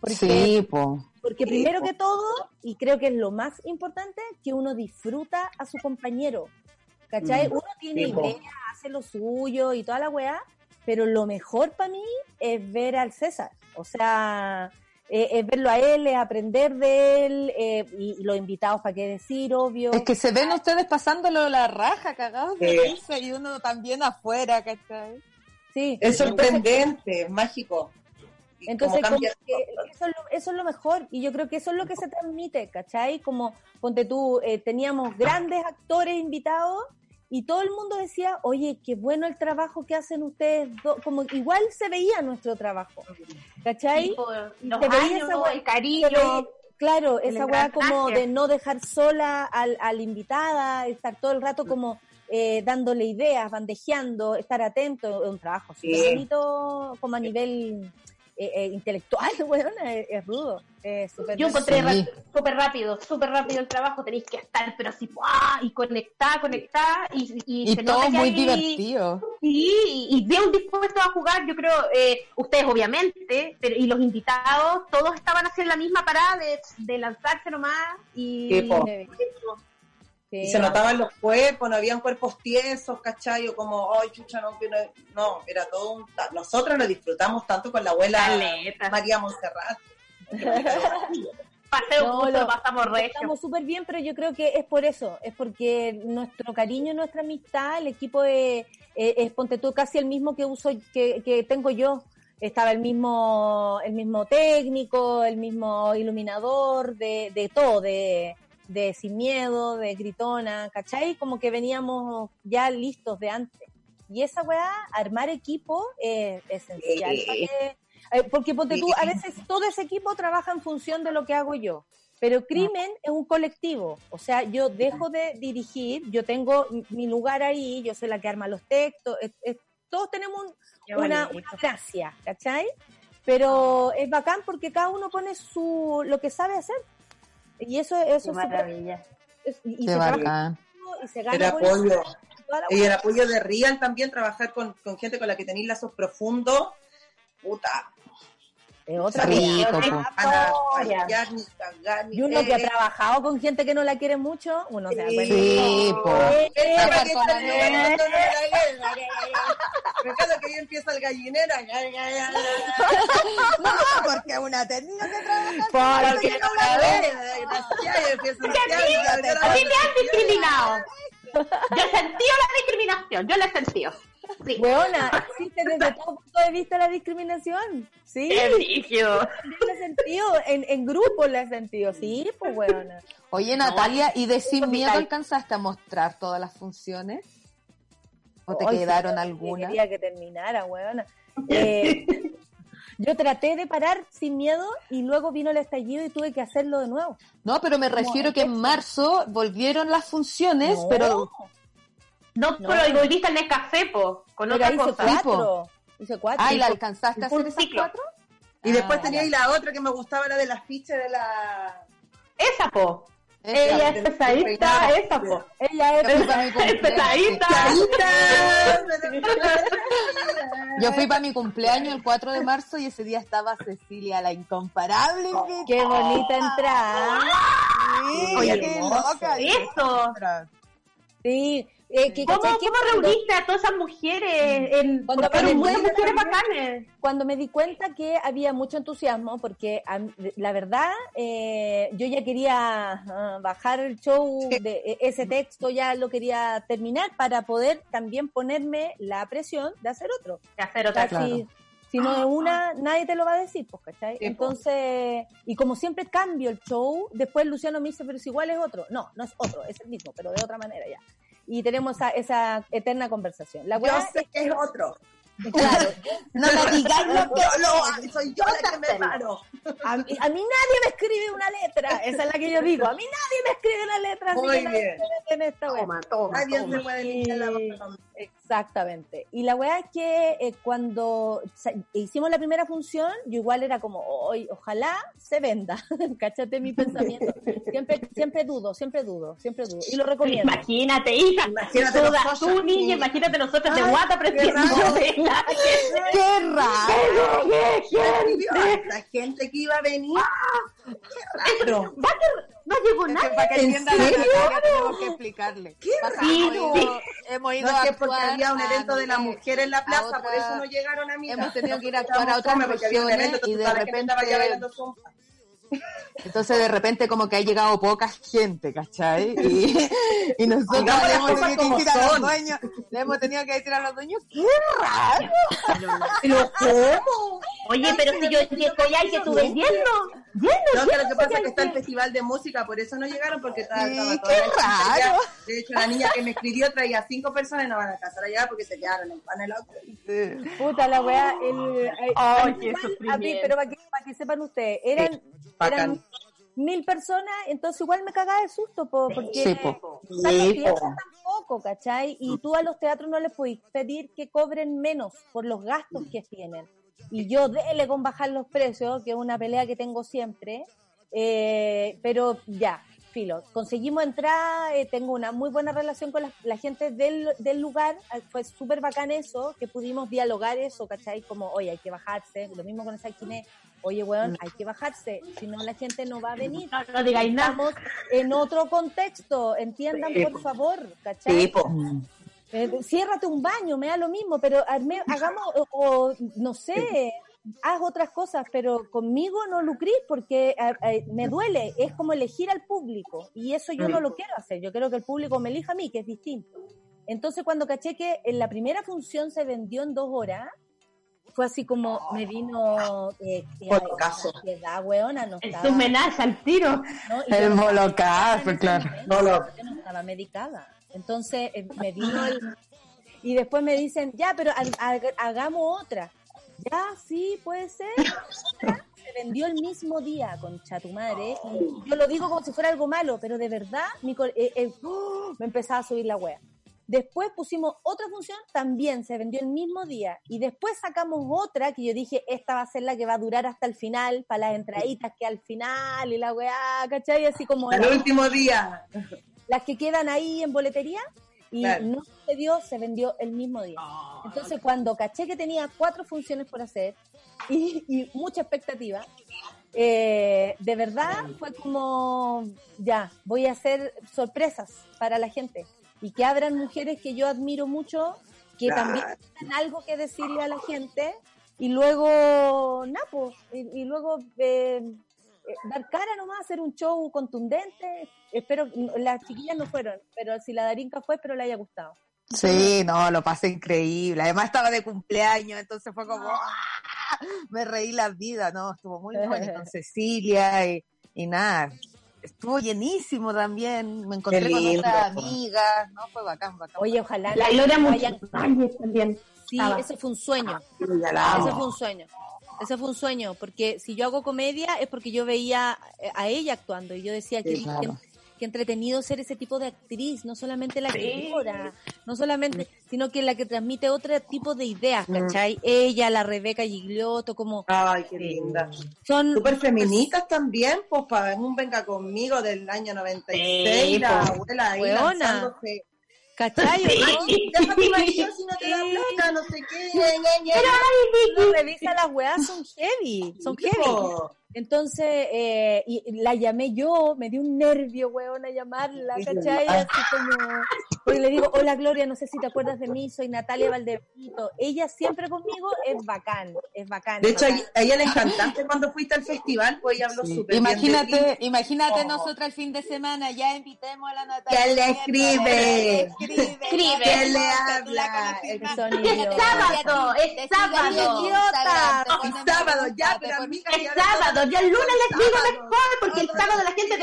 Porque primero que todo, y creo que es lo más importante, que uno disfruta a su compañero. ¿Cachai? Uno tiene ideas, hace lo suyo y toda la weá, pero lo mejor para mí es ver al César. O sea, es verlo a él, es aprender de él, y los invitados, para qué decir, obvio. Es que se ven ustedes pasándolo la raja, cagados de Sí. risa, y uno también afuera, ¿cachai? Sí. Es sorprendente, es mágico. Y Entonces, como cambia como que eso es lo mejor, y yo creo que eso es lo que se transmite, ¿cachai? Como, ponte tú, teníamos grandes actores invitados, y todo el mundo decía, oye, qué bueno el trabajo que hacen ustedes dos, como igual se veía nuestro trabajo, ¿cachai? Tipo, los Se veía años, esa weá, el cariño. claro, el esa weá como engranaje. de no dejar sola al invitada, estar todo el rato como dándole ideas, bandejeando, estar atento, es un trabajo súper Sí. bonito como a nivel intelectual, weón, es rudo, es súper Yo encontré Sí. súper rápido el trabajo, tenéis que estar, pero así, ¡buah! Y conectar, y Y se todo nota que muy hay- divertido. Sí, y bien dispuestos a jugar, yo creo, ustedes obviamente, y los invitados, todos estaban haciendo la misma parada de lanzarse nomás, y Sí, po. Sí. Y se notaban los cuerpos, no habían cuerpos tiesos, ¿cachai? O como, ay, chucha, no, era todo un... Nosotros lo disfrutamos tanto con la abuela Caleta. María Montserrat. paseo No, justo, lo pasamos regio. Estamos súper bien, pero yo creo que es por eso, es porque nuestro cariño, nuestra amistad, el equipo es ponte tú, casi el mismo que uso, que tengo yo. Estaba el mismo técnico, el mismo iluminador, de todo, de Sin Miedo, de Gritona, ¿cachai? Como que veníamos ya listos de antes. Y esa weá, armar equipo es esencial. Porque ponte tú, a veces todo ese equipo trabaja en función de lo que hago yo. Pero crimen es un colectivo, o sea, yo dejo de dirigir, yo tengo mi lugar ahí, yo soy la que arma los textos, todos tenemos una gracia, ¿cachai? Pero es bacán porque cada uno pone lo que sabe hacer. Y eso es maravilla. Y Qué se bacán. trabaja y se El gana por eso. apoyo. Toda la Y el hueá. apoyo de Real también, trabajar con gente con la que tenéis lazos profundos. Puta. Es otra Rico, hueá. po. Para fallar, ni cagar, ni Y uno que ha trabajado con gente que no la quiere mucho, uno se da cuenta. Sí, po. Esta Sí, paqueta sí. me encanta que ya empieza el gallinero. No, porque una tenía que trabajar. Porque no la ve, desgraciada, y empieza A mí me han discriminado. Yo he sentido la discriminación, yo la he sentido. Sí. Weona, existe desde todo punto de vista la discriminación. Sí, Qué brillo. la he sentido, en grupo la he sentido. Sí, pues weona. Oye, Natalia, ¿y de Sin Miedo vital. alcanzaste a mostrar todas las funciones? ¿O te Ay, quedaron sí, algunas? Quería que terminara, weona. Yo traté de parar Sin Miedo y luego vino el estallido y tuve que hacerlo de nuevo. No, pero me refiero que en marzo volvieron las funciones, No, pero No, pero volviste al Nescafé, po, con pero otra hice cosa. cuatro. Hice cuatro. ay, ¿la alcanzaste a Un hacer esas ciclo. 4? Y después tenía ahí la otra que me gustaba, la de las fichas de la... Esa, po. Esa. Ella es pesadita, esa, po. Ella Yo fui es para mi Es cumpleaños. pesadita. Yo fui para mi cumpleaños el 4 de marzo y ese día estaba Cecilia, la incomparable. qué bonita entrada. Sí, Oye, qué hermoso. loca. Eso. Sí. Que, ¿Cómo ¿cachai? Que reuniste a todas esas mujeres? Cuando Porque fueron me muchas di- mujeres bacanes. cuando me di cuenta que había mucho entusiasmo, porque la verdad, yo ya quería bajar el show, de ese texto ya lo quería terminar para poder también ponerme la presión de hacer otro. De hacer O sea, otra cosa. si no es una, nadie te lo va a decir, pues, ¿cachai? Sí, Entonces, y como siempre cambio el show, después Luciano me dice, pero si igual es otro. No, no es otro, es el mismo, pero de otra manera ya. Y tenemos esa eterna conversación. La Yo weá sé que es otro. claro, No la digáis lo que Soy yo la que me paro. a mí nadie me escribe una letra, esa es la que yo digo, a mí nadie me escribe una letra, así Muy que nadie bien. se mete en esta weá. Nadie se puede limpiar la boca. Exactamente. Y la weá es que cuando hicimos la primera función, yo igual era como, ojalá se venda. Cáchate mi pensamiento. Siempre dudo. Y lo recomiendo. Imagínate, hija. Imagínate Tú, nosotras. tú, niña, imagínate nosotros de Ay, guata qué presidiendo. ¡Qué raro! La gente que iba a venir. Qué raro. No llegó nadie. Para que ¿En entienda la serio? Natalia tenemos que explicarle. Qué Hemos ido No a es que porque actuar había un evento de la no sé, mujer en la plaza, otra- por eso no llegaron a mí. hemos tenido que ir a actuar a otras porque había un evento, regiones y tú de sabes que repente estaba ya bailando zumba. entonces de repente como que ha llegado poca gente, ¿cachai? Y nosotros Digamos le las hemos cosas tenido que como decir a los son. dueños, ¡qué raro! Pero ¿cómo? Oye, pero si yo estoy ahí que estuve yendo. No, que lo que pasa es que está el festival de música, por eso no llegaron, porque estaba Sí, toda qué la gente raro. allá. De hecho, la niña que me escribió traía 5 personas y no van a alcanzar allá porque se quedaron en panel. Puta la weá, Ay, qué igual, sufrimiento. pero para que sepan ustedes, eran Bacán. 1000 personas, entonces igual me cagaba de susto, porque Sí, po. tanto Sí, tiempo po. tampoco, ¿cachai? Y tú a los teatros no les podés pedir que cobren menos por los gastos que tienen. Y yo dele con bajar los precios, que es una pelea que tengo siempre, pero ya, filo, conseguimos entrar, tengo una muy buena relación con la gente del lugar, fue súper bacán eso, que pudimos dialogar eso, ¿cachai? Como, oye, hay que bajarse, lo mismo con esa Quiné, oye, weón, hay que bajarse, si no la gente no va a venir. No digáis nada. Estamos en otro contexto, entiendan por favor, ¿cachai? Sí, po. Ciérrate un baño, me da lo mismo, pero hagamos, o no sé, haz otras cosas, pero conmigo no lucrís porque me duele, es como elegir al público, y eso yo no lo quiero hacer, yo quiero que el público me elija a mí, que es distinto. Entonces cuando caché que en la primera función se vendió en 2 horas, fue así como me vino Por caso. piedad, weona, no Es estaba, un homenaje al tiro. ¿no? Y yo El no estaba molocazo, en ese claro. momento, No lo- yo no estaba medicada. Entonces me vino y después me dicen, ya, pero hagamos otra. Ya, sí, puede ser. se vendió el mismo día, concha tu madre. Y yo lo digo como si fuera algo malo, pero de verdad me empezaba a subir la wea. Después pusimos otra función, también se vendió el mismo día. Y después sacamos otra que yo dije, esta va a ser la que va a durar hasta el final, para las entraditas que al final y la weá, ¿cachai? Así como el último día. Las que quedan ahí en boletería. Y claro, no sucedió, se vendió el mismo día. Entonces cuando caché que tenía 4 funciones por hacer y mucha expectativa, de verdad fue como, ya, voy a hacer sorpresas para la gente. Y que abran mujeres que yo admiro mucho, que claro, también tienen algo que decirle a la gente, y luego, y luego dar cara nomás, hacer un show contundente. Espero, las chiquillas no fueron, pero si la Darinka fue, espero le haya gustado. Sí, no, lo pasé increíble. Además estaba de cumpleaños, entonces fue como, me reí la vida, ¿no? Estuvo muy bueno con Cecilia y nada. Estuvo llenísimo también, me encontré con otras amigas, ¿no? Fue bacán. Oye, ojalá. La Gloria vayan. Montañez también. Sí, estaba. ese fue un sueño. ese Ese fue un sueño, porque si yo hago comedia es porque yo veía a ella actuando y yo decía que, que entretenido ser ese tipo de actriz, no solamente la que llora, no solamente, sino que la que transmite otro tipo de ideas, ¿cachai? Ella, la Rebeca Gigliotto, como... Ay, qué linda. Son súper feminitas también, pues para un Venga Conmigo del año 96, la abuela ahí lanzándose. ¿Cachai? ¿No? Deja tu marido si no te da plata, no sé qué. No, revisa las weas, son heavy. Entonces, y la llamé yo, me dio un nervio, weón, a llamarla, ¿cachai? Así como, porque le digo, hola Gloria, no sé si te acuerdas de mí, soy Natalia Valdebenito. Ella siempre conmigo es bacán. De hecho, a ella le encantaste cuando fuiste al festival, pues ella habló súper Imagínate nosotros el fin de semana, ya invitemos a la Natalia. Que le escribe. Que le habla. Es sábado, es sábado, ya, pero amiga, es sábado, ya el lunes les digo mejor, porque el sábado la gente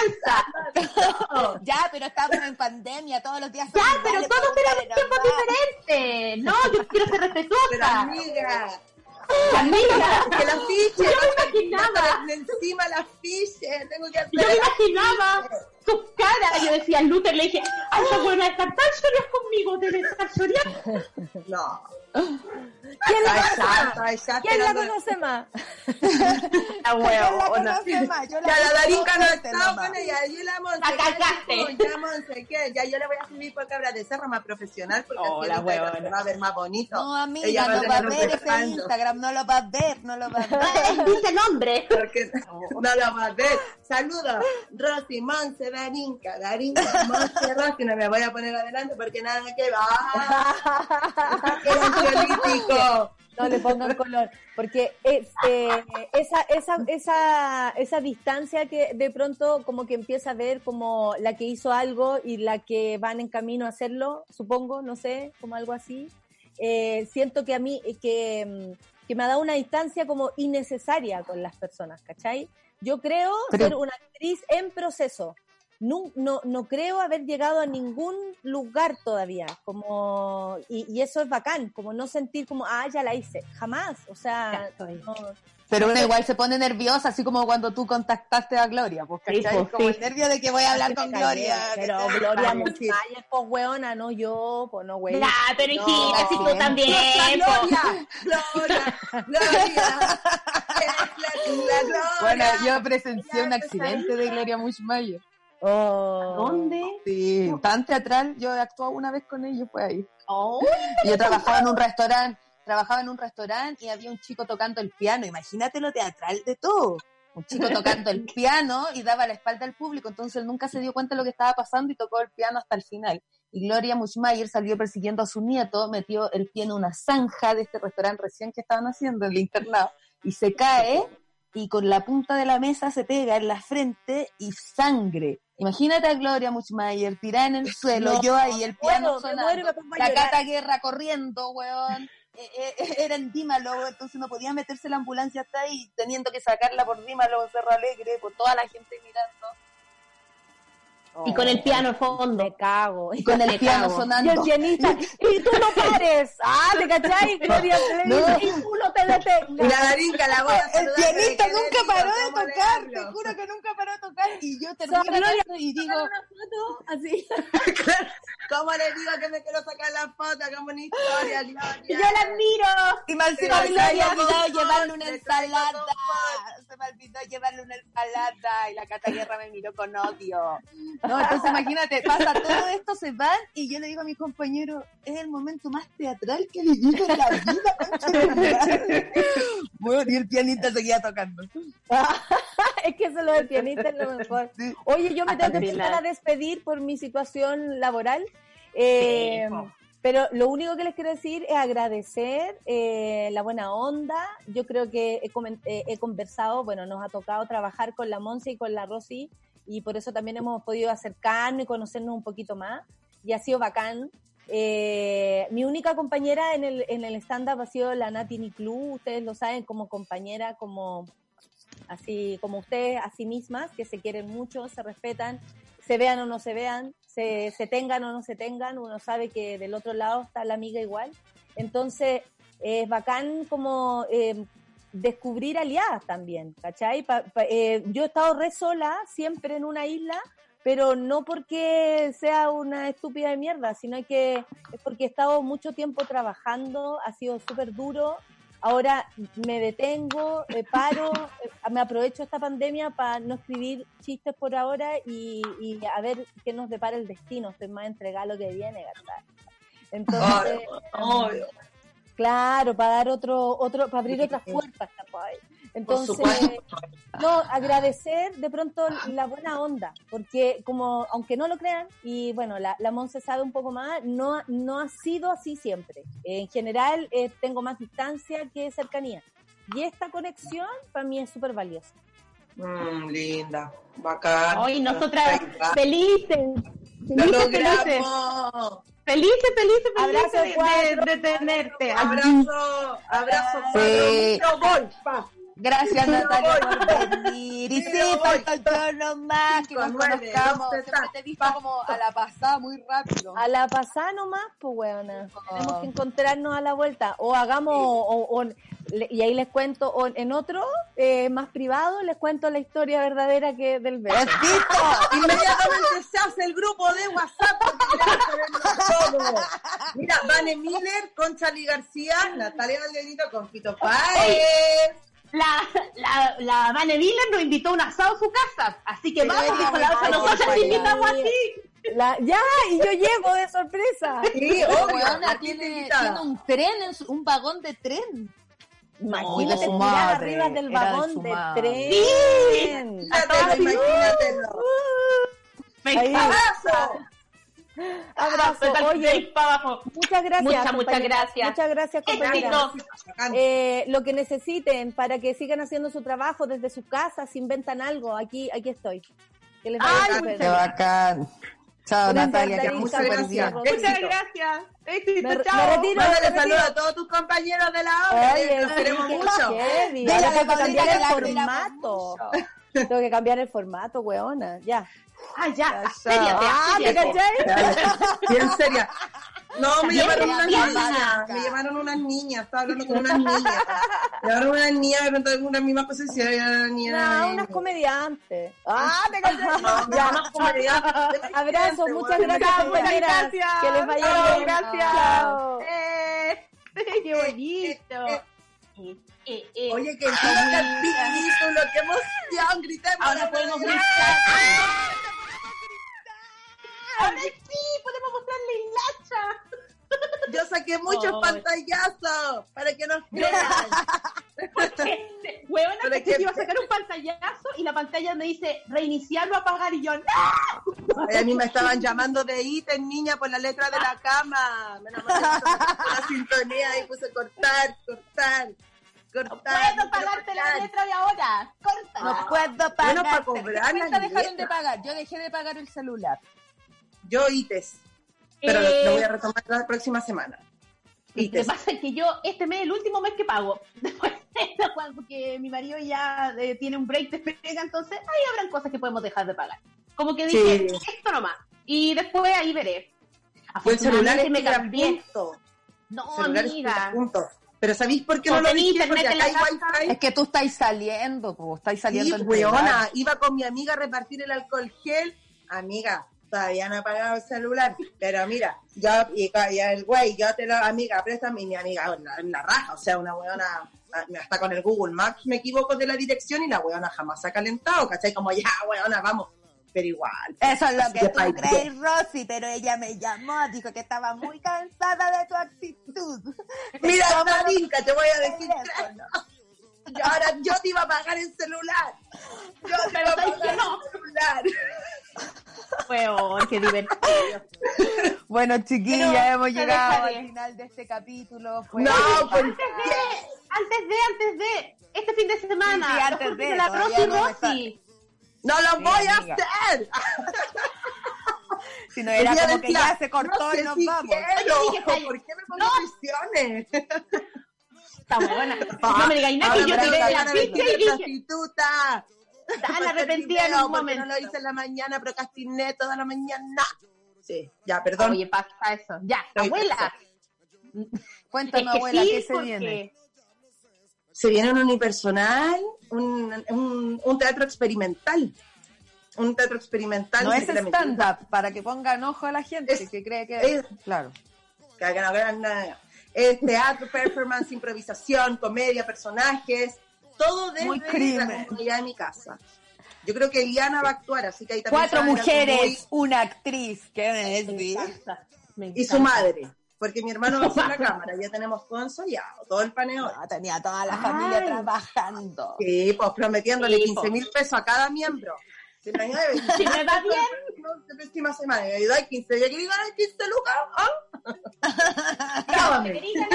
descansa. Ya, pero estamos en pandemia, todos los días. Ya, pero todos tenemos tiempos diferentes. No, yo quiero ser respetuosa. Pero amiga, Amiga, que la fiche. yo me imaginaba. Encima la fiche, tengo que hacer. Yo me imaginaba sus caras. Yo decía al Luther, le dije, ay, esta buena de estar tan serias conmigo, debe estar serias. No. ¿Quién la conoce más? La huevona. Ya la Darinka no estaba con ella, yo la Monse. La cagaste. Ya Monse, ¿qué? Ya yo la voy a subir por Cabra de Cerro más profesional porque así la huevona. se va a ver más bonito. No, amiga, Ella no va a tener ver ese respetando. Instagram, no lo va a ver. Dice nombre. Porque no lo va a ver. Saludos, Rosy, Monse, Darinka, Monse, Rosy, no me voy a poner adelante porque nada que va. Que era político. No le pongan color, porque esa distancia que de pronto como que empieza a ver como la que hizo algo y la que van en camino a hacerlo, supongo, no sé, como algo así. Siento que a mí, que me ha dado una distancia como innecesaria con las personas, ¿cachai? Yo creo ser una actriz en proceso. No creo haber llegado a ningún lugar todavía, como y eso es bacán, como no sentir como, ya la hice, jamás, o sea, no, pero uno igual se pone nerviosa, así como cuando tú contactaste a Gloria, pues, ¿cachai? Como el nervio de que voy a hablar con Gloria. Pero Gloria Montañez, pues, weona, no yo, pues, no, weona. Pero hijita, si tú también. Gloria. Bueno, yo presencié un accidente de Gloria Mushmayer. ¿Dónde? Sí, tan teatral, yo he actuado una vez con ellos, fue ahí. Yo trabajaba en un restaurante y había un chico tocando el piano, imagínate lo teatral de todo. Un chico tocando el piano y daba la espalda al público, entonces él nunca se dio cuenta de lo que estaba pasando y tocó el piano hasta el final. Y Gloria Mushmayer salió persiguiendo a su nieto, metió el pie en una zanja de este restaurante recién que estaban haciendo en el internado y se cae y con la punta de la mesa se pega en la frente y sangre. Imagínate a Gloria Mushmayer tirada en el suelo, yo ahí, el piano sonando, la Cata Guerra corriendo, weón. Era en Dímalo, entonces no podía meterse la ambulancia hasta ahí, teniendo que sacarla por Dímalo, Cerro Alegre, por toda la gente mirando. Y con el piano al fondo. Me cago. Y con el piano Y sonando. el pianista, y tú no pares. ¿Te cachai? Gloria Trevi, y tú no te Y detengas. la Darinka la voy a El saludar pianista desde nunca Querétaro, paró de ¿cómo le tocar, hablo? te juro que nunca paró de tocar. Y yo O sea, termino Gloria, esto y digo, una foto así. ¿Cómo le digo que me quiero sacar la foto? Como una historia, Gloria. Yo la admiro. y más encima Pero se me había traigo olvidado confort, llevarle una le traigo ensalada. confort. Se me olvidó llevarle una ensalada y la Cata Guerra me miró con odio. No, entonces imagínate, pasa todo esto, se van y yo le digo a mi compañero, es el momento más teatral que he vivido en la vida, concha de madre. Bueno, y el pianista seguía tocando. Es que eso lo del pianista es lo mejor. Sí. Oye, yo me Hasta tengo el que final. empezar a despedir por mi situación laboral. po. Pero lo único que les quiero decir es agradecer la buena onda. Yo creo que he conversado, bueno, nos ha tocado trabajar con la Monse y con la Rosy, y por eso también hemos podido acercarnos y conocernos un poquito más, y ha sido bacán. Mi única compañera en el stand-up ha sido la Nati Niclú, ustedes lo saben, como compañera, como así como ustedes a sí mismas, que se quieren mucho, se respetan, se vean o no se vean, se tengan o no se tengan, uno sabe que del otro lado está la amiga igual. Entonces, es bacán como descubrir aliadas también, ¿cachai? Yo he estado re sola, siempre en una isla, pero no porque sea una estúpida de mierda, sino que es porque he estado mucho tiempo trabajando, ha sido súper duro. Ahora me detengo, paro, me aprovecho esta pandemia para no escribir chistes por ahora y a ver qué nos depara el destino. Estoy más entregada a lo que viene, ¿verdad? Entonces, claro, para dar otro, para abrir otras puertas, capaz. Entonces, no, agradecer de pronto la buena onda, porque como, aunque no lo crean, y bueno, la Monse sabe un poco más, no ha sido así siempre. En general, tengo más distancia que cercanía. Y esta conexión para mí es súper valiosa. Linda, bacán. Hoy nosotras felices. ¡Lo logramos! Felices Abrazo de tenerte. Abrazo, Sí. yo voy, pa. Gracias, Mira, Natalia, voy. por venir. Y sí, Mira, falta voy. el tono más, que nos 5, 9, conozcamos. 12, Siempre te he visto como a la pasada muy rápido. A la pasada nomás, pues weona. Tenemos que encontrarnos a la vuelta. O hagamos, y ahí les cuento, o en otro, más privado, les cuento la historia verdadera que del beso. Inmediatamente se hace el grupo de WhatsApp porque queremos saberlo todo. Mira, Vane Miller, Conchali García, Natalia Valderito con Fito Páez. La Vane Miller nos invitó a un asado a su casa, así que vamos, dijo la otra, nosotros te invitamos a ti. Ya, y yo llego de sorpresa. Sí, obvio. Weona, aquí te tiene invitada. un tren, un vagón de tren. Imagínate de su tirar madre, arriba del era de vagón su de madre. tren. Imagínatelo. Ahí. ¡Abrazo! Abrazo. Oye, para abajo. muchas gracias. Muchas gracias. Muchas gracias, compañera. Éxito. Lo que necesiten para que sigan haciendo su trabajo desde su casa, si inventan algo, aquí estoy. Que les vaya súper. Qué bacán. Chao, Gracias, Natalia, que Darinka, muchas gracias. Rosy. Muchas gracias. Éxito, Me chao. retiro. Mándale me saludos retiro. a todos tus compañeros de la obra. Oye, Los queremos qué mucho. heavy. Dile Ahora a la tengo que Paulina cambiar que el la queremos formato. mucho. Tengo que cambiar el formato, weona. Ya. Ya, Ya, seriate, ¿te seriate. cachai? Bien seria. No, me llamaron unas bien, niñas. básica. Me llamaron unas niñas. Estaba hablando con unas niñas. Me llamaron unas niñas, me preguntaron unas mismas cosas y decía, eran niñas. No, unas comediantes. Te cachai. Abrazo, muchas gracias, Chao, compañeras. muchas gracias. Que les vaya Chao, bien. gracias. Chao. Qué bonito. Oye, que grita el título, qué emoción, gritemos. Ahora podemos gritar. Ahora sí, podemos mostrarle hilacha. Yo saqué muchos Oh. pantallazos para que nos crean. Huevona, Pero que es que- iba a sacar un pantallazo y la pantalla me dice reiniciarlo, apagar y yo ¡no! Ay, a mí me estaban llamando de ítem, niña, por la letra de la cama. Menos mal que la sintonía y puse cortar. No puedo pagarte la letra de ahora. Córtala. No puedo Bueno, pagar. para cobrar ¿Qué la cuenta dejaron letra? de pagar? Yo dejé de pagar el celular. Yo ITES. Pero lo voy a retomar la próxima semana. Lo que ITES. pasa es que yo, este mes es el último mes que pago. Después, porque mi marido ya tiene un break de pega, entonces ahí habrán cosas que podemos dejar de pagar. Como que dije, Sí. esto nomás. Y después ahí veré. Yo el celular Afortunadamente me estuve a cambié. punto. No, Celular estuve a amiga. punto. Pero ¿sabéis por qué no No lo tenía dije? internet Porque en acá la hay casa. wifi. Es que tú estáis saliendo, po, estáis Sí, saliendo a entregar. weona, iba con mi amiga a repartir el alcohol gel. Amiga, todavía no he pagado el celular. Pero mira, y el güey, yo te lo, amiga, préstame, y mi amiga en la raja. O sea, una weona, hasta con el Google Maps me equivoco de la dirección y la weona jamás se ha calentado, ¿cachai? Como ya, weona, vamos. Pero igual. Eso es lo Así que que tú pa' crees, Rosy, pero ella me llamó, dijo que estaba muy cansada de tu actitud. Mira, ¿Cómo no Tarinka, te voy a decir teléfono? y ahora yo te iba a pagar el celular. Yo te iba a pagar el celular. Weón, qué divertido. Bueno, chiquillas, Pero hemos te llegado dejaré. al final de este capítulo. Fue- No, pues Antes de, este fin de semana, Sí, sí, antes los de, cursos de la todavía Rosy no me Rosy. no lo Sí, voy a amiga. hacer. Si no era Ella como que decía, ya se cortó no sé y nos si vamos. quiero. Oye, dije, ¿Por qué me pongo prisiones? Está buena. No me digáis nada que yo te veo la ficha y dije, prostituta. tan arrepentida en un Porque momento. no lo hice en la mañana, procrastiné toda la mañana. Sí, ya, perdón. Oye, pasa eso. Ya, Estoy abuela. Cuéntame, Es que abuela, sí, ¿qué se porque- viene? Se viene un unipersonal, un teatro experimental. Un teatro experimental. No se es quiere meter. stand-up, para que pongan ojo a la gente Es- que cree que... es- Claro. Que no crean nada. Es teatro, performance, improvisación, comedia, personajes, todo Muy desde crimen. la comodidad de mi casa. Yo creo que Eliana va a actuar, así que ahí también 4 se va a ver algo mujeres, una actriz. ¿Qué me Me decís? encanta, me muy- Y su encanta. madre, porque mi hermano va a hacer la cámara, ya tenemos todo ensayado, todo el paneo. No, tenía toda la familia Ay. trabajando. Sí, pues prometiéndole Sí, 15.000 pesos a cada miembro. Si me ayuda, Si me va bien. no, de próxima semana, me ayuda 15, ¿ya quería ganar 15 lucas? ¿Ah? Grábame.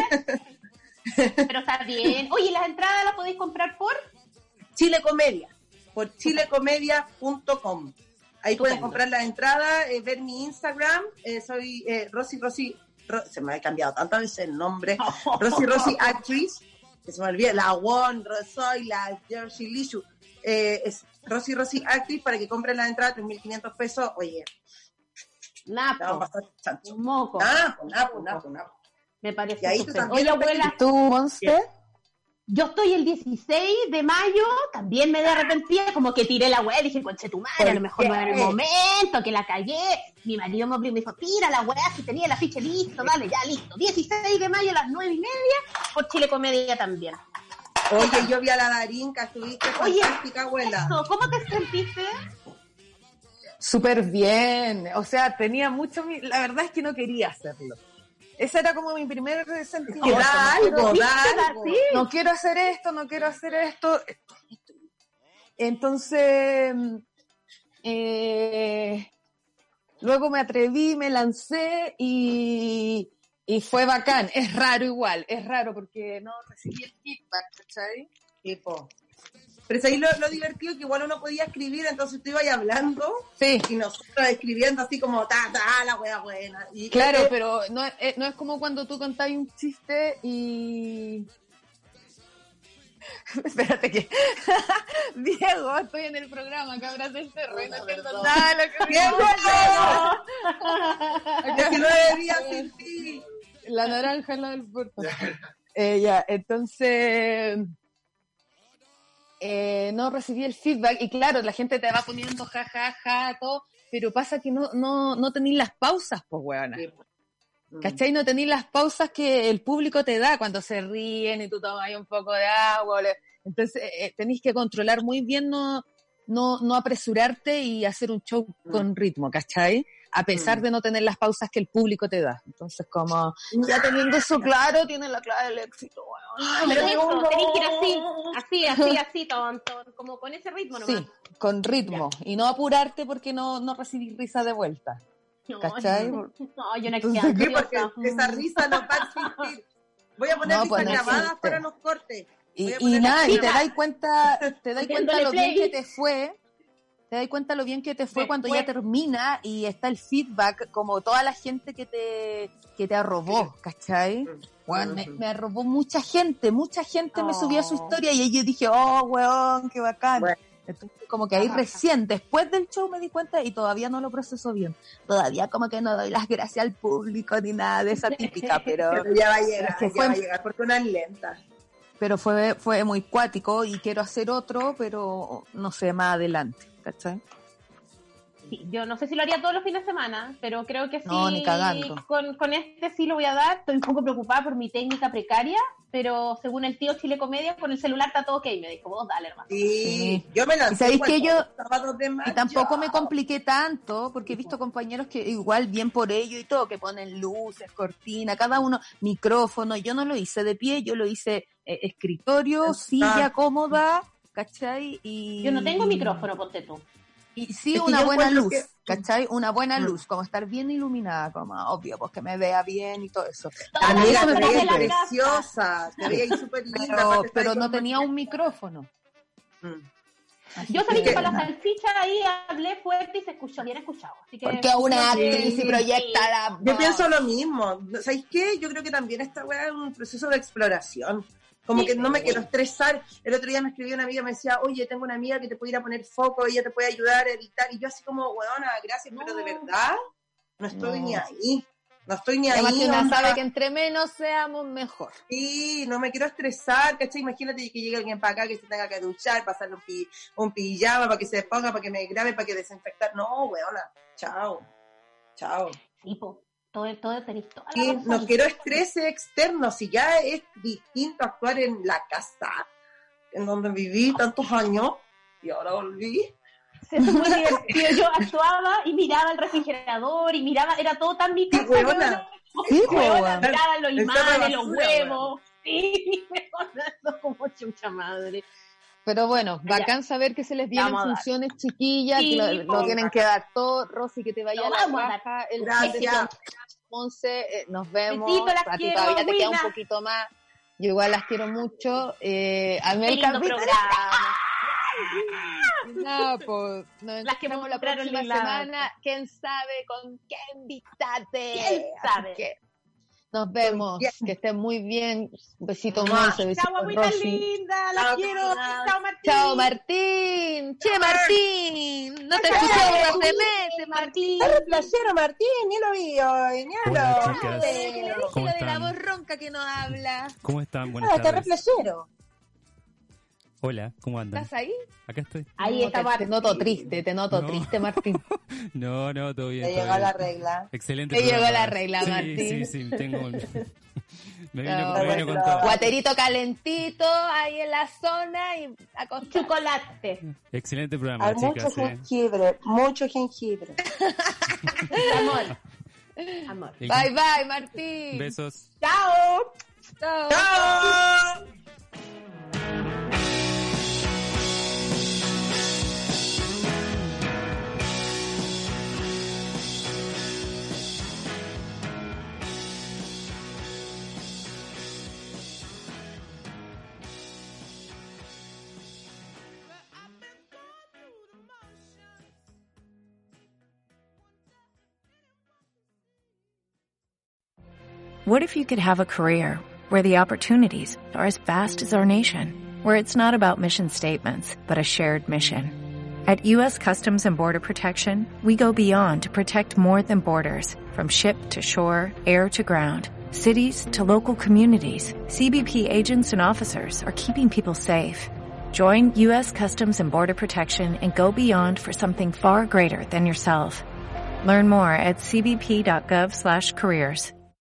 Pero está bien. Oye, ¿las entradas las podéis comprar por? Chile Comedia, por chilecomedia.com. Ahí pueden comprar la entrada, ver mi Instagram, soy Rosy, se me ha cambiado tantas veces el nombre, Rosy Actress, que se me olvida, la Won, soy la Jersey Lishu, es Rosy Actress para que compren la entrada, 3.500 pesos, oye, te vamos a Napo. pasar chancho. Un moco. Napo. Me parece Y ahí tú súper. también Oye, abuela, ¿Tú, Monster? yo estoy el 16 de mayo, también me de arrepentida, como que tiré la weá, dije, conche tu madre, a lo mejor no era el momento, que la callé. Mi marido me dijo, tira la weá, si tenía el afiche listo, dale, ya listo. 16 de mayo a las 9:30, por Chile Comedia también. Oye, yo vi a la Darinka, estuviste Oye, fantástica, abuela. Eso, ¿cómo te sentiste? Súper bien. O sea, tenía mucho... La verdad es que no quería hacerlo. Ese era como mi primer sentimiento. Que da algo, da ¿Viste? algo. Sí. No quiero hacer esto, no quiero hacer esto. Entonces, luego me atreví, me lancé y fue bacán. Es raro igual, es raro porque no recibí el feedback, ¿cachai? Tipo. Pero es ahí lo divertido que igual uno podía escribir, entonces tú ibas hablando Sí. y nosotros escribiendo así como la wea buena. Y Claro, pero no es como cuando tú contás un chiste y... Espérate que... Diego, estoy en el programa, cabras del cerro, y no entiendo nada de lo que me ¡Bien, pasa. 19 días sin ti. La naranja es la del puerto. Ya, entonces... no recibí el feedback y claro, la gente te va poniendo ja, todo, pero pasa que no tenéis las pausas, pues, weona. ¿Cachai? No tenéis las pausas que el público te da cuando se ríen y tú tomas ahí un poco de agua. Entonces, tenéis que controlar muy bien, no apresurarte y hacer un show con ritmo, ¿cachai? A pesar de no tener las pausas que el público te da. Entonces, como, ya teniendo eso claro, tiene la clave del éxito, weón. Pero eso, tenés que ir así, tonto, como con ese ritmo nomás. Sí, con ritmo. Y no apurarte porque no recibís risa de vuelta. ¿Cachai? No, yo no Entonces, quiero. Sí, porque esa risa no va a existir. Voy a poner No, risas pues no grabadas existe. para los cortes. Y Voy a poner nada, y la- te dais cuenta Haciéndole lo bien play. que te fue. Te das cuenta lo bien que te fue cuando ya termina y está el feedback, como toda la gente que te arrobó, ¿cachai? Bueno, me arrobó mucha gente me subió a su historia y yo dije, oh, weón, qué bacán. Bueno. Entonces, como que ahí recién, después del show me di cuenta y todavía no lo proceso bien. Todavía como que no doy las gracias al público ni nada de esa típica, pero ya va a llegar, es que ya va a llegar, porque una es lenta. Pero fue muy cuático y quiero hacer otro, pero no sé, más adelante, ¿cachai? Sí, yo no sé si lo haría todos los fines de semana, pero creo que sí. No, ni cagando. Con este sí lo voy a dar. Estoy un poco preocupada por mi técnica precaria, pero según el tío Chile Comedia, con el celular está todo ok. Me dijo, vos dale, hermano. Sí, yo me lancé. ¿Y sabéis que yo sábados de mayo. y tampoco me compliqué tanto? Porque he visto compañeros que igual bien por ello y todo, que ponen luces, cortina, cada uno, micrófono. Yo no lo hice de pie, yo lo hice escritorio, silla cómoda, ¿cachai? Y Yo no tengo micrófono, ponte tú. Y sí, Es que una yo buena encuentro luz, ¿cachai? Una buena Mm. luz, como estar bien iluminada, como obvio, pues que me vea bien y todo eso. Amiga, Eso me te personas de veías la casa. preciosa, te veías súper linda. Pero, aparte pero estabas no con tenía un micrófono. Mm. Así Yo sabía que para la nada. salchicha ahí hablé fuerte y se escuchó bien escuchado. Así que Porque una actriz y proyecta la Yo voz. pienso lo mismo. ¿Sabéis qué? Yo creo que también esta weá es un proceso de exploración. Como Sí, que no me quiero estresar. El otro día me escribió una amiga, me decía, oye, tengo una amiga que te puede ir a poner foco, ella te puede ayudar a editar. Y yo así como, weona, gracias, pero de verdad no estoy No. ni ahí. No estoy ni Además ahí. que una onda. sabe que entre menos seamos mejor. Sí, no me quiero estresar, ¿cachai? Imagínate que llegue alguien para acá que se tenga que duchar, pasarle un pijama para que se ponga, para que me grabe, para que desinfectar. No, weona, chao. Chao. Sí, po. Todo tenéis toda la Sí, razón. no quiero estrés externo, si ya es distinto actuar en la casa, en donde viví tantos años, y ahora volví. Sí, eso es muy divertido. Yo actuaba y miraba el refrigerador y miraba, era todo tan mi casa. huevona. weona. Sí, Weona, weona. miraba los El imanes, tarro de los basura, huevos. Sí, weona, eso es como chucha madre. Pero bueno, Ya. bacán saber que se les vienen Vamos a dar. funciones chiquillas, Sí, que lo po. tienen que dar todo. Rosy, que te vaya Lo a la vamos a dar. raja. El Gracias. 11, nos vemos. Besito, las A ti quiero, todavía te queda un buena. poquito más. Yo igual las quiero mucho. A mí Qué el lindo capítulo... programa. No, pues nos Las que encontramos la mostraron próxima Lila. semana. ¿Quién sabe con qué invitate? ¿Quién sabe? Así que nos vemos. Bien. Que estén muy bien. Un besito Mua. más. Besito Chao, agüita Rosy. linda, las Chao, quiero. chao. Chao, Martín. Chao, Martín. Che, Martín. No te escuchamos hace meses, Martín. Playero Martín, ni lo vi hoy, ni Hola, hablo. chicas. Que le dije ¿Cómo lo de la están? voz ronca que no habla. ¿Cómo están? Buenas Está re tardes. playero. Hola, ¿cómo andan? ¿Estás ahí? Acá estoy. Ahí No, está te Martín. noto triste, te noto No. triste, Martín. No, todo bien. Le todo llegó bien. la regla. Excelente. Te llegó programa. la regla, Sí, Martín. Sí, tengo. Me No, vino con todo. Guaterito calentito ahí en la zona y acostado. Chocolate. Excelente programa, Hay mucho chicas. jengibre, mucho jengibre. Amor. Amor. Bye, bye, Martín. Besos. Chao. Chao. ¡Chao! What if you could have a career where the opportunities are as vast as our nation, where it's not about mission statements, but a shared mission? At U.S. Customs and Border Protection, we go beyond to protect more than borders. From ship to shore, air to ground, cities to local communities, CBP agents and officers are keeping people safe. Join U.S. Customs and Border Protection and go beyond for something far greater than yourself. Learn more at cbp.gov/careers.